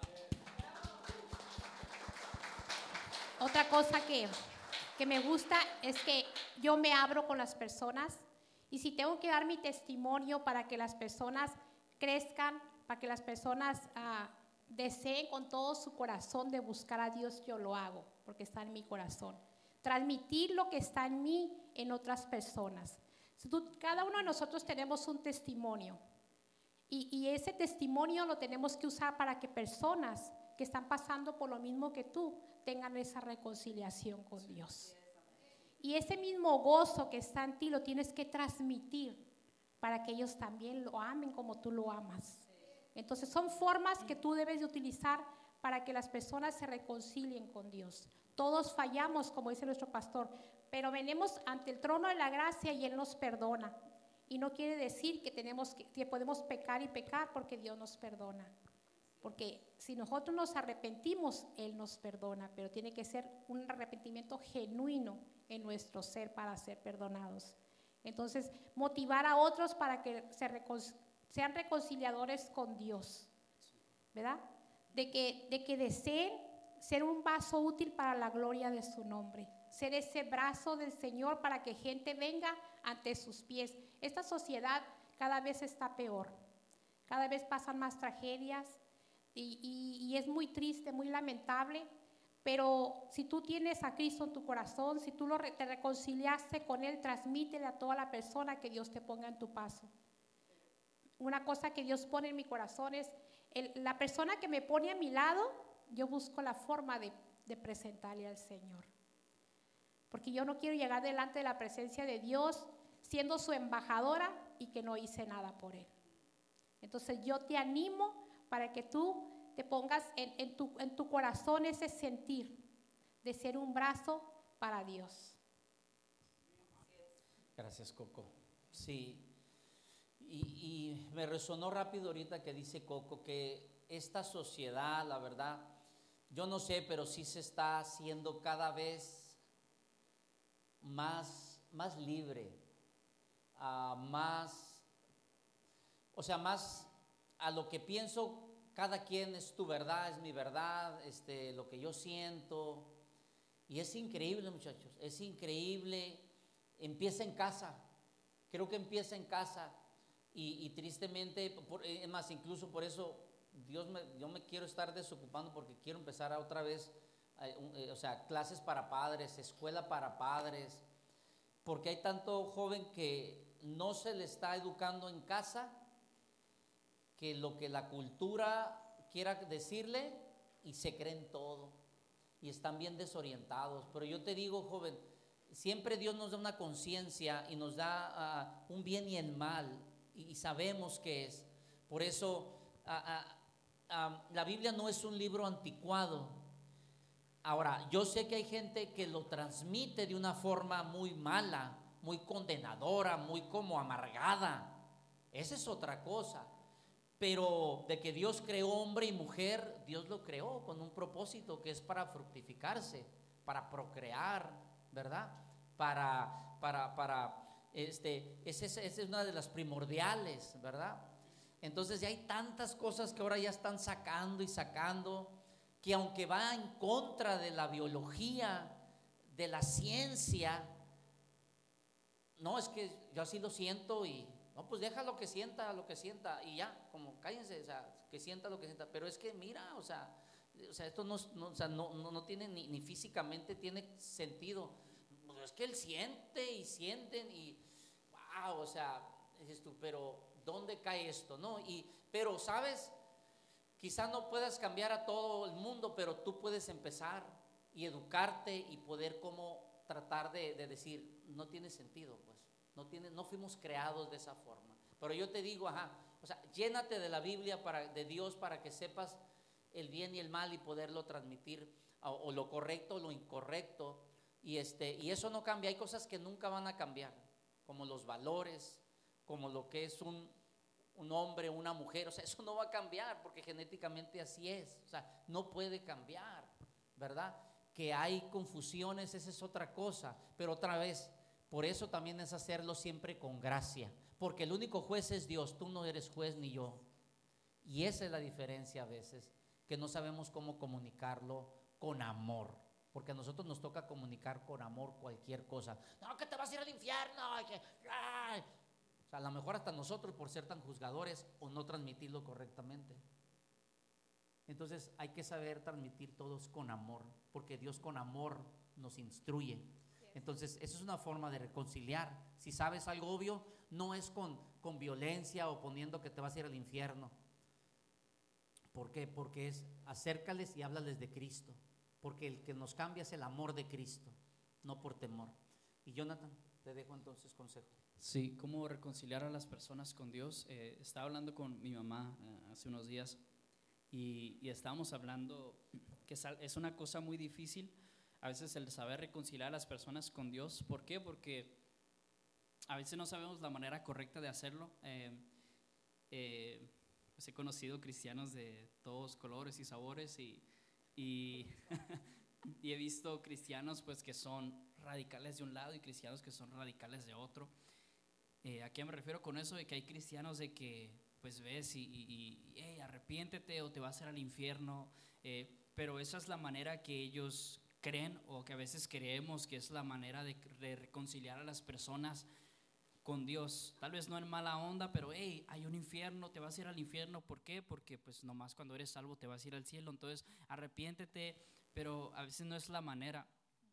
Speaker 2: Otra cosa que me gusta es que yo me abro con las personas y si tengo que dar mi testimonio para que las personas crezcan, para que las personas deseen con todo su corazón de buscar a Dios, yo lo hago porque está en mi corazón. Transmitir lo que está en mí en otras personas. Cada uno de nosotros tenemos un testimonio y ese testimonio lo tenemos que usar para que personas que están pasando por lo mismo que tú tengan esa reconciliación con Dios. Y ese mismo gozo que está en ti lo tienes que transmitir para que ellos también lo amen como tú lo amas. Entonces son formas que tú debes de utilizar para que las personas se reconcilien con Dios. Todos fallamos, como dice nuestro pastor, pero venimos ante el trono de la gracia y Él nos perdona. Y no quiere decir que podemos pecar y pecar porque Dios nos perdona. Porque si nosotros nos arrepentimos, Él nos perdona, pero tiene que ser un arrepentimiento genuino en nuestro ser para ser perdonados. Entonces, motivar a otros para que sean reconciliadores con Dios, ¿verdad? De que deseen ser un vaso útil para la gloria de su nombre, ser ese brazo del Señor para que gente venga ante sus pies. Esta sociedad cada vez está peor, cada vez pasan más tragedias y es muy triste, muy lamentable, pero si tú tienes a Cristo en tu corazón, si tú te reconciliaste con Él, transmítele a toda la persona que Dios te ponga en tu paso. Una cosa que Dios pone en mi corazón es, la persona que me pone a mi lado, yo busco la forma de presentarle al Señor. Porque yo no quiero llegar delante de la presencia de Dios siendo su embajadora y que no hice nada por Él. Entonces yo te animo para que tú te pongas en tu corazón ese sentir de ser un brazo para Dios.
Speaker 1: Gracias, Coco. Sí, y me resonó rápido ahorita que dice Coco que esta sociedad, la verdad, yo no sé, pero sí se está haciendo cada vez más libre, más a lo que pienso. Cada quien es tu verdad, es mi verdad, lo que yo siento. Y es increíble, muchachos, es increíble. Empieza en casa. Creo que empieza en casa y tristemente, es más, incluso por eso yo me quiero estar desocupando porque quiero empezar otra vez, o sea, clases para padres, escuela para padres, porque hay tanto joven que no se le está educando en casa, que lo que la cultura quiera decirle y se creen todo y están bien desorientados. Pero yo te digo, joven, siempre Dios nos da una conciencia y nos da un bien y el mal y sabemos qué es. Por eso la Biblia no es un libro anticuado. Ahora, yo sé que hay gente que lo transmite de una forma muy mala, muy condenadora, muy como amargada. Esa es otra cosa. Pero de que Dios creó hombre y mujer, Dios lo creó con un propósito que es para fructificarse, para procrear, ¿verdad? Esa es una de las primordiales, ¿verdad? Entonces ya hay tantas cosas que ahora ya están sacando y sacando, que aunque va en contra de la biología, de la ciencia, no, es que yo así lo siento y no, pues deja lo que sienta y ya, como cállense, o sea, que sienta lo que sienta. Pero es que mira, o sea esto no tiene ni físicamente tiene sentido. Pues es que él siente y sienten y wow, o sea, dices tú, pero ¿dónde cae esto? No, pero sabes, quizá no puedas cambiar a todo el mundo, pero tú puedes empezar y educarte y poder como tratar de decir, no tiene sentido, pues. No fuimos creados de esa forma. Pero yo te digo, o sea, llénate de la Biblia de Dios para que sepas el bien y el mal y poderlo transmitir, o lo correcto o lo incorrecto. Y eso no cambia. Hay cosas que nunca van a cambiar, como los valores, como lo que es un hombre, una mujer. O sea, eso no va a cambiar porque genéticamente así es. O sea, no puede cambiar, ¿verdad? Que hay confusiones, esa es otra cosa. Pero otra vez, por eso también es hacerlo siempre con gracia, porque el único juez es Dios, tú no eres juez ni yo. Y esa es la diferencia a veces, que no sabemos cómo comunicarlo con amor, porque a nosotros nos toca comunicar con amor cualquier cosa. No, que te vas a ir al infierno. O sea, a lo mejor hasta nosotros por ser tan juzgadores o no transmitirlo correctamente. Entonces hay que saber transmitir todos con amor, porque Dios con amor nos instruye. Entonces, eso es una forma de reconciliar. Si sabes algo obvio, no es con violencia o poniendo que te vas a ir al infierno. ¿Por qué? Porque es acércales y háblales de Cristo. Porque el que nos cambia es el amor de Cristo, no por temor. Y Jonathan, te dejo entonces consejo.
Speaker 3: Sí, cómo reconciliar a las personas con Dios. Estaba hablando con mi mamá hace unos días y estábamos hablando que es una cosa muy difícil a veces el saber reconciliar a las personas con Dios. ¿Por qué? Porque a veces no sabemos la manera correcta de hacerlo. Pues he conocido cristianos de todos colores y sabores y y he visto cristianos pues que son radicales de un lado y cristianos que son radicales de otro. ¿A qué me refiero con eso? De que hay cristianos de que pues ves hey, arrepiéntete o te vas a ir al infierno, pero esa es la manera que ellos creen o que a veces creemos que es la manera de reconciliar a las personas con Dios. Tal vez no en mala onda, pero hey, hay un infierno, te vas a ir al infierno. ¿Por qué? Porque pues nomás cuando eres salvo te vas a ir al cielo, entonces arrepiéntete, pero a veces no es la manera.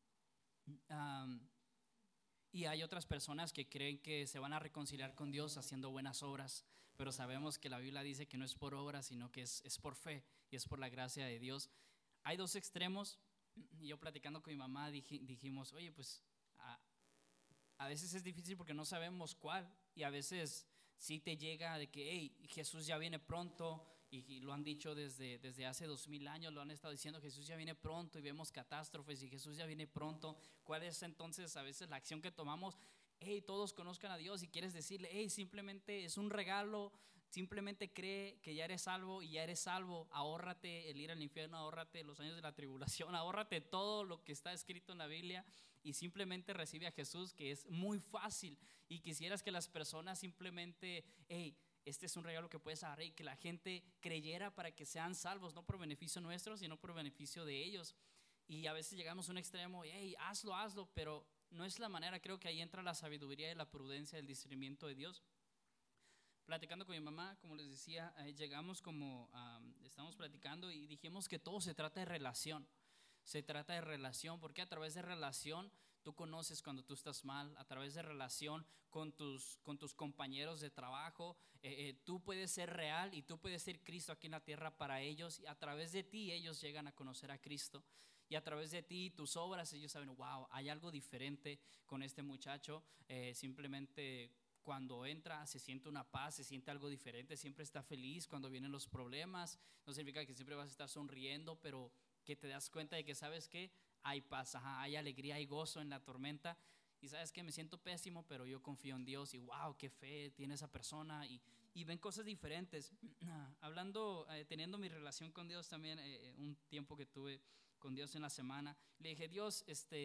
Speaker 3: Y hay otras personas que creen que se van a reconciliar con Dios haciendo buenas obras, pero sabemos que la Biblia dice que no es por obras, sino que es por fe y es por la gracia de Dios. Hay dos extremos. Y yo platicando con mi mamá dijimos, oye, pues a veces es difícil porque no sabemos cuál, y a veces sí te llega de que hey, Jesús ya viene pronto, y lo han dicho desde hace 2000 años, lo han estado diciendo, Jesús ya viene pronto, y vemos catástrofes y Jesús ya viene pronto. ¿Cuál es entonces a veces la acción que tomamos? Hey, todos conozcan a Dios, y quieres decirle, hey, simplemente es un regalo, simplemente cree que ya eres salvo y ya eres salvo, ahórrate el ir al infierno, ahórrate los años de la tribulación, ahórrate todo lo que está escrito en la Biblia y simplemente recibe a Jesús, que es muy fácil. Y quisieras que las personas simplemente, hey, este es un regalo que puedes agarrar, y que la gente creyera para que sean salvos, no por beneficio nuestro, sino por beneficio de ellos. Y a veces llegamos a un extremo, hey, hazlo, pero no es la manera. Creo que ahí entra la sabiduría y la prudencia, el discernimiento de Dios. Platicando con mi mamá, como les decía, llegamos estamos platicando y dijimos que todo se trata de relación. Se trata de relación, porque a través de relación tú conoces cuando tú estás mal, a través de relación con tus compañeros de trabajo, tú puedes ser real y tú puedes ser Cristo aquí en la tierra para ellos, y a través de ti ellos llegan a conocer a Cristo, y a través de ti, tus obras, ellos saben, wow, hay algo diferente con este muchacho. Simplemente cuando entra se siente una paz, se siente algo diferente, siempre está feliz cuando vienen los problemas. No significa que siempre vas a estar sonriendo, pero que te das cuenta de que, ¿sabes qué? Hay paz, hay alegría, hay gozo en la tormenta. Y ¿sabes qué? Me siento pésimo, pero yo confío en Dios, y wow, qué fe tiene esa persona, y ven cosas diferentes. Hablando, teniendo mi relación con Dios también, un tiempo que tuve con Dios en la semana, le dije, Dios,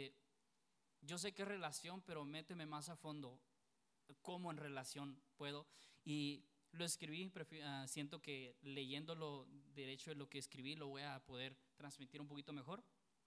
Speaker 3: yo sé que es relación, pero méteme más a fondo. ¿Cómo en relación puedo? Y lo escribí. Siento que leyéndolo derecho de lo que escribí lo voy a poder transmitir un poquito mejor.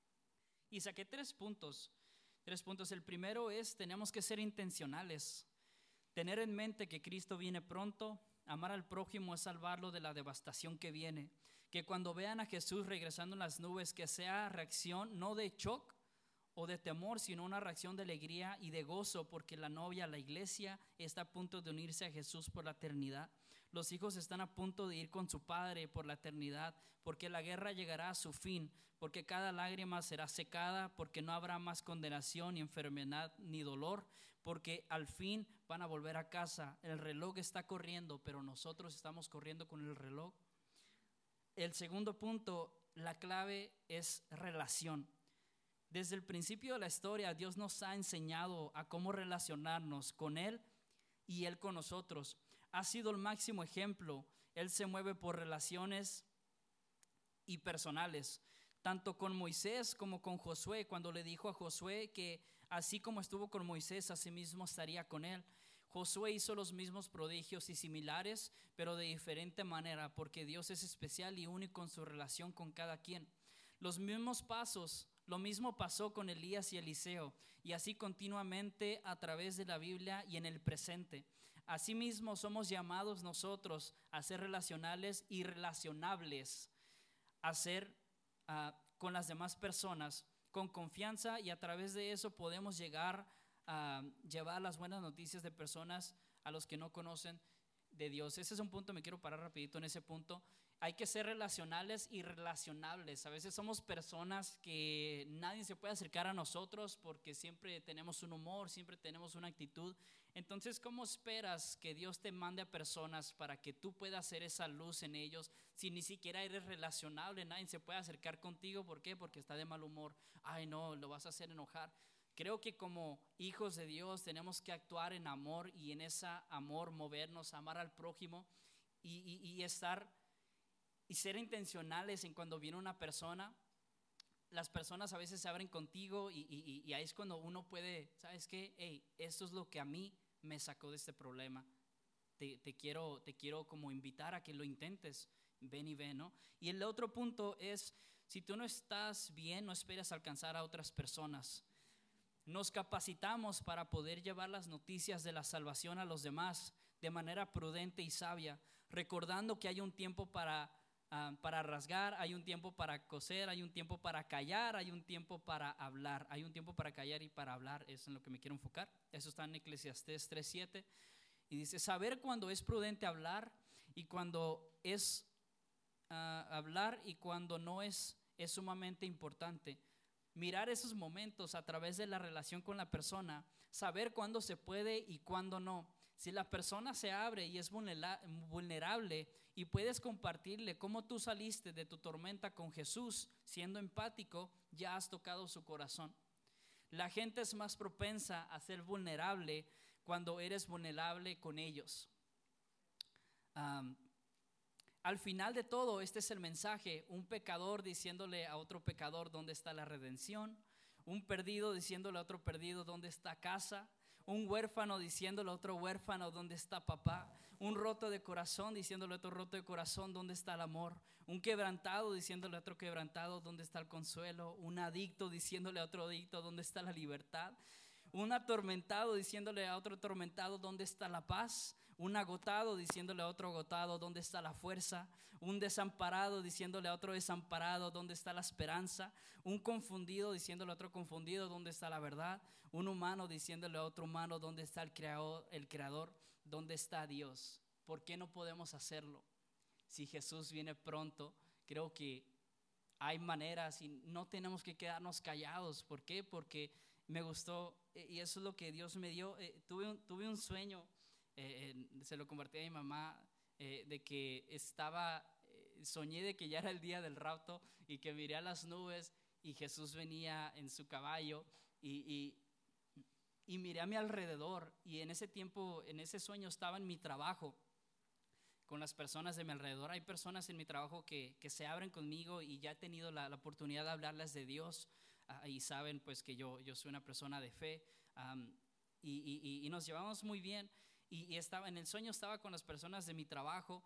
Speaker 3: Y saqué 3 puntos. 3 puntos. El primero es, tenemos que ser intencionales. Tener en mente que Cristo viene pronto. Amar al prójimo es salvarlo de la devastación que viene. Que cuando vean a Jesús regresando en las nubes, que sea reacción no de shock o de temor, sino una reacción de alegría y de gozo, porque la novia, la iglesia, está a punto de unirse a Jesús por la eternidad. Los hijos están a punto de ir con su padre por la eternidad, porque la guerra llegará a su fin, porque cada lágrima será secada, porque no habrá más condenación, ni enfermedad, ni dolor, porque al fin van a volver a casa. El reloj está corriendo, pero nosotros estamos corriendo con el reloj. El segundo punto, la clave es relación. Desde el principio de la historia, Dios nos ha enseñado a cómo relacionarnos con Él y Él con nosotros. Ha sido el máximo ejemplo. Él se mueve por relaciones y personales, tanto con Moisés como con Josué, cuando le dijo a Josué que así como estuvo con Moisés, así mismo estaría con él. Josué hizo los mismos prodigios y similares, pero de diferente manera, porque Dios es especial y único en su relación con cada quien. Los mismos pasos, lo mismo pasó con Elías y Eliseo, y así continuamente a través de la Biblia y en el presente. Asimismo somos llamados nosotros a ser relacionales y relacionables, a ser con las demás personas con confianza, y a través de eso podemos llegar a llevar las buenas noticias de personas a los que no conocen de Dios. Ese es un punto, me quiero parar rapidito en ese punto. Hay que ser relacionales y relacionables. A veces somos personas que nadie se puede acercar a nosotros porque siempre tenemos un humor, siempre tenemos una actitud. Entonces, ¿cómo esperas que Dios te mande a personas para que tú puedas ser esa luz en ellos si ni siquiera eres relacionable? Nadie se puede acercar contigo. ¿Por qué? Porque está de mal humor. Ay, no, lo vas a hacer enojar. Creo que como hijos de Dios tenemos que actuar en amor, y en ese amor movernos, amar al prójimo y ser intencionales en cuando viene una persona. Las personas a veces se abren contigo y ahí es cuando uno puede, ¿sabes qué? Hey, esto es lo que a mí me sacó de este problema. Te quiero como invitar a que lo intentes. Ven y ven, ¿no? Y el otro punto es, si tú no estás bien, no esperes alcanzar a otras personas. Nos capacitamos para poder llevar las noticias de la salvación a los demás de manera prudente y sabia, recordando que hay un tiempo para rasgar, hay un tiempo para coser, hay un tiempo para callar, hay un tiempo para hablar. Hay un tiempo para callar y para hablar, es en lo que me quiero enfocar. Eso está en Eclesiastés 3:7 y dice, saber cuándo es prudente hablar y cuando es hablar y cuando no es sumamente importante. Mirar esos momentos a través de la relación con la persona, saber cuándo se puede y cuándo no. Si la persona se abre y es vulnerable y puedes compartirle cómo tú saliste de tu tormenta con Jesús, siendo empático, ya has tocado su corazón. La gente es más propensa a ser vulnerable cuando eres vulnerable con ellos. Al final de todo, este es el mensaje: un pecador diciéndole a otro pecador dónde está la redención, un perdido diciéndole a otro perdido dónde está casa, un huérfano diciéndole a otro huérfano dónde está papá, un roto de corazón diciéndole a otro roto de corazón dónde está el amor, un quebrantado diciéndole a otro quebrantado dónde está el consuelo, un adicto diciéndole a otro adicto dónde está la libertad, un atormentado diciéndole a otro atormentado, ¿dónde está la paz? Un agotado diciéndole a otro agotado, ¿dónde está la fuerza? Un desamparado diciéndole a otro desamparado, ¿dónde está la esperanza? Un confundido diciéndole a otro confundido, ¿dónde está la verdad? Un humano diciéndole a otro humano, ¿dónde está el creador? ¿Dónde está Dios? ¿Por qué no podemos hacerlo? Si Jesús viene pronto, creo que hay maneras y no tenemos que quedarnos callados. ¿Por qué? Porque me gustó, y eso es lo que Dios me dio. Tuve un sueño, se lo compartí a mi mamá, de que soñé de que ya era el día del rapto y que miré a las nubes y Jesús venía en su caballo y miré a mi alrededor, y en ese tiempo, en ese sueño estaba en mi trabajo con las personas de mi alrededor. Hay personas en mi trabajo que se abren conmigo y ya he tenido la oportunidad de hablarles de Dios, y saben pues que yo soy una persona de fe, y nos llevamos muy bien, y estaba en el sueño, estaba con las personas de mi trabajo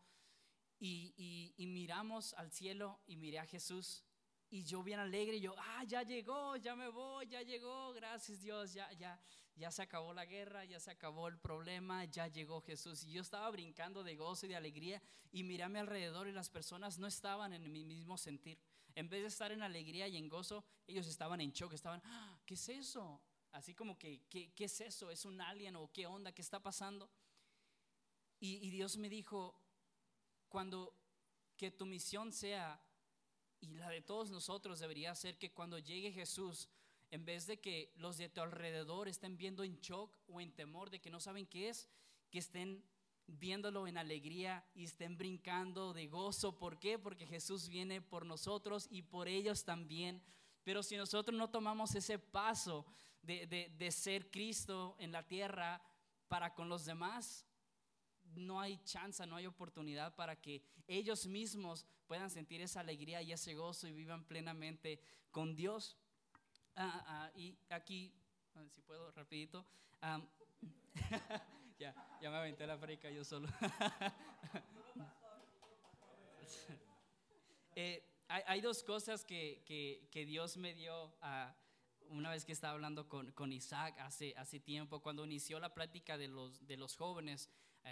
Speaker 3: y miramos al cielo y miré a Jesús. Y yo bien alegre, ya llegó, ya me voy, ya llegó, gracias Dios, ya se acabó la guerra, ya se acabó el problema, ya llegó Jesús. Y yo estaba brincando de gozo y de alegría, y miré a mi alrededor y las personas no estaban en mi mismo sentir. En vez de estar en alegría y en gozo, ellos estaban en shock, estaban, ¿qué es eso? Así como que, ¿qué es eso? ¿Es un alien o qué onda? ¿Qué está pasando? Y Dios me dijo, que tu misión sea, y la de todos nosotros debería ser, que cuando llegue Jesús, en vez de que los de tu alrededor estén viendo en shock o en temor de que no saben qué es, que estén viéndolo en alegría y estén brincando de gozo. ¿Por qué? Porque Jesús viene por nosotros y por ellos también. Pero si nosotros no tomamos ese paso de ser Cristo en la tierra para con los demás, no hay chance, no hay oportunidad para que ellos mismos puedan sentir esa alegría y ese gozo y vivan plenamente con Dios. Y aquí, si puedo, rapidito. Ya me aventé la prédica yo solo. Hay dos cosas que Dios me dio una vez que estaba hablando con Isaac hace tiempo, cuando inició la plática de los jóvenes.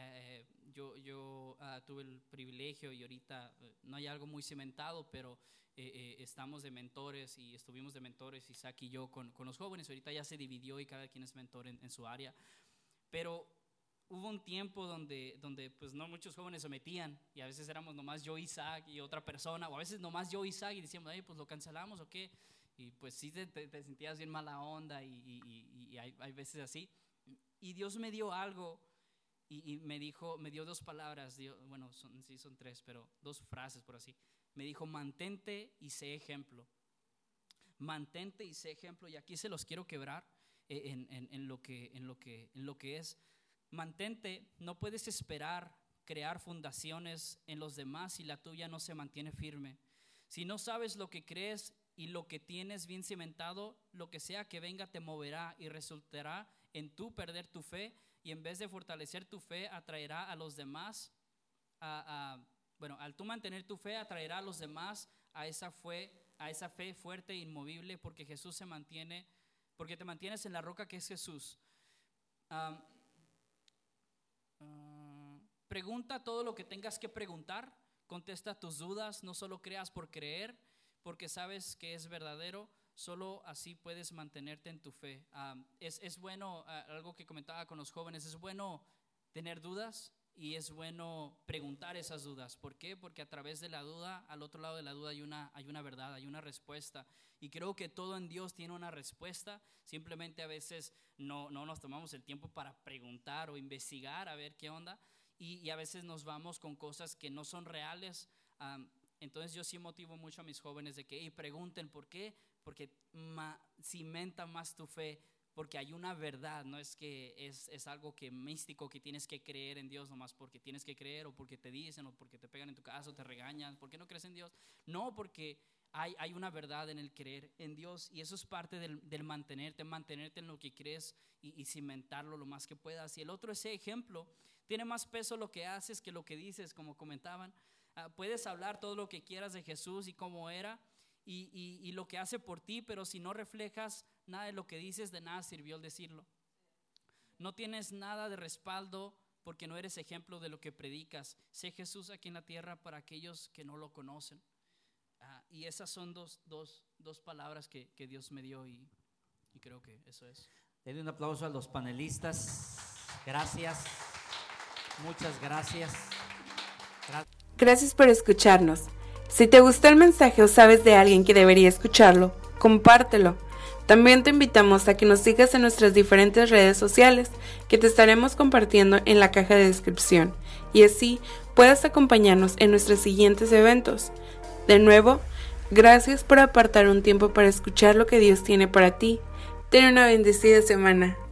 Speaker 3: Yo tuve el privilegio, y ahorita no hay algo muy cimentado, pero estamos de mentores y estuvimos de mentores Isaac y yo con los jóvenes. Ahorita ya se dividió y cada quien es mentor en su área, pero hubo un tiempo donde pues no muchos jóvenes se metían, y a veces éramos nomás yo, Isaac y otra persona, o a veces nomás yo, Isaac, y decíamos, pues lo cancelamos o qué, y pues sí te sentías bien mala onda, y hay veces así. Y Dios me dio algo. Y me dio dos palabras, bueno, son tres, pero dos frases por así. Me dijo, mantente y sé ejemplo. Mantente y sé ejemplo. Y aquí se los quiero quebrar en lo que es. Mantente, no puedes esperar crear fundaciones en los demás si la tuya no se mantiene firme. Si no sabes lo que crees y lo que tienes bien cimentado, lo que sea que venga te moverá y resultará en tú perder tu fe. Y en vez de fortalecer tu fe, atraerá a los demás, al tú mantener tu fe, atraerá a los demás a esa fe fuerte e inmovible, porque Jesús se mantiene, porque te mantienes en la roca que es Jesús. Pregunta todo lo que tengas que preguntar, contesta tus dudas, no solo creas por creer, porque sabes que es verdadero. Solo así puedes mantenerte en tu fe. Es bueno, algo que comentaba con los jóvenes, es bueno tener dudas y es bueno preguntar esas dudas. ¿Por qué? Porque a través de la duda, al otro lado de la duda hay una verdad, hay una respuesta. Y creo que todo en Dios tiene una respuesta. Simplemente a veces no nos tomamos el tiempo para preguntar o investigar a ver qué onda. Y a veces nos vamos con cosas que no son reales. Entonces yo sí motivo mucho a mis jóvenes de que pregunten por qué, porque cimenta más tu fe, porque hay una verdad, no es que es algo que místico que tienes que creer en Dios nomás porque tienes que creer, o porque te dicen, o porque te pegan en tu casa, o te regañan, ¿por qué no crees en Dios? No, porque hay una verdad en el creer en Dios, y eso es parte del mantenerte en lo que crees y cimentarlo lo más que puedas. Y el otro, ese ejemplo, tiene más peso lo que haces que lo que dices, como comentaban. Puedes hablar todo lo que quieras de Jesús y cómo era y lo que hace por ti, pero si no reflejas nada de lo que dices, de nada sirvió el decirlo. No tienes nada de respaldo porque no eres ejemplo de lo que predicas. Sé Jesús aquí en la tierra para aquellos que no lo conocen. Y esas son dos palabras que Dios me dio y creo que eso es.
Speaker 1: Denle un aplauso a los panelistas. Gracias. Muchas gracias.
Speaker 4: Gracias por escucharnos. Si te gustó el mensaje o sabes de alguien que debería escucharlo, compártelo. También te invitamos a que nos sigas en nuestras diferentes redes sociales que te estaremos compartiendo en la caja de descripción y así puedas acompañarnos en nuestros siguientes eventos. De nuevo, gracias por apartar un tiempo para escuchar lo que Dios tiene para ti. Ten una bendecida semana.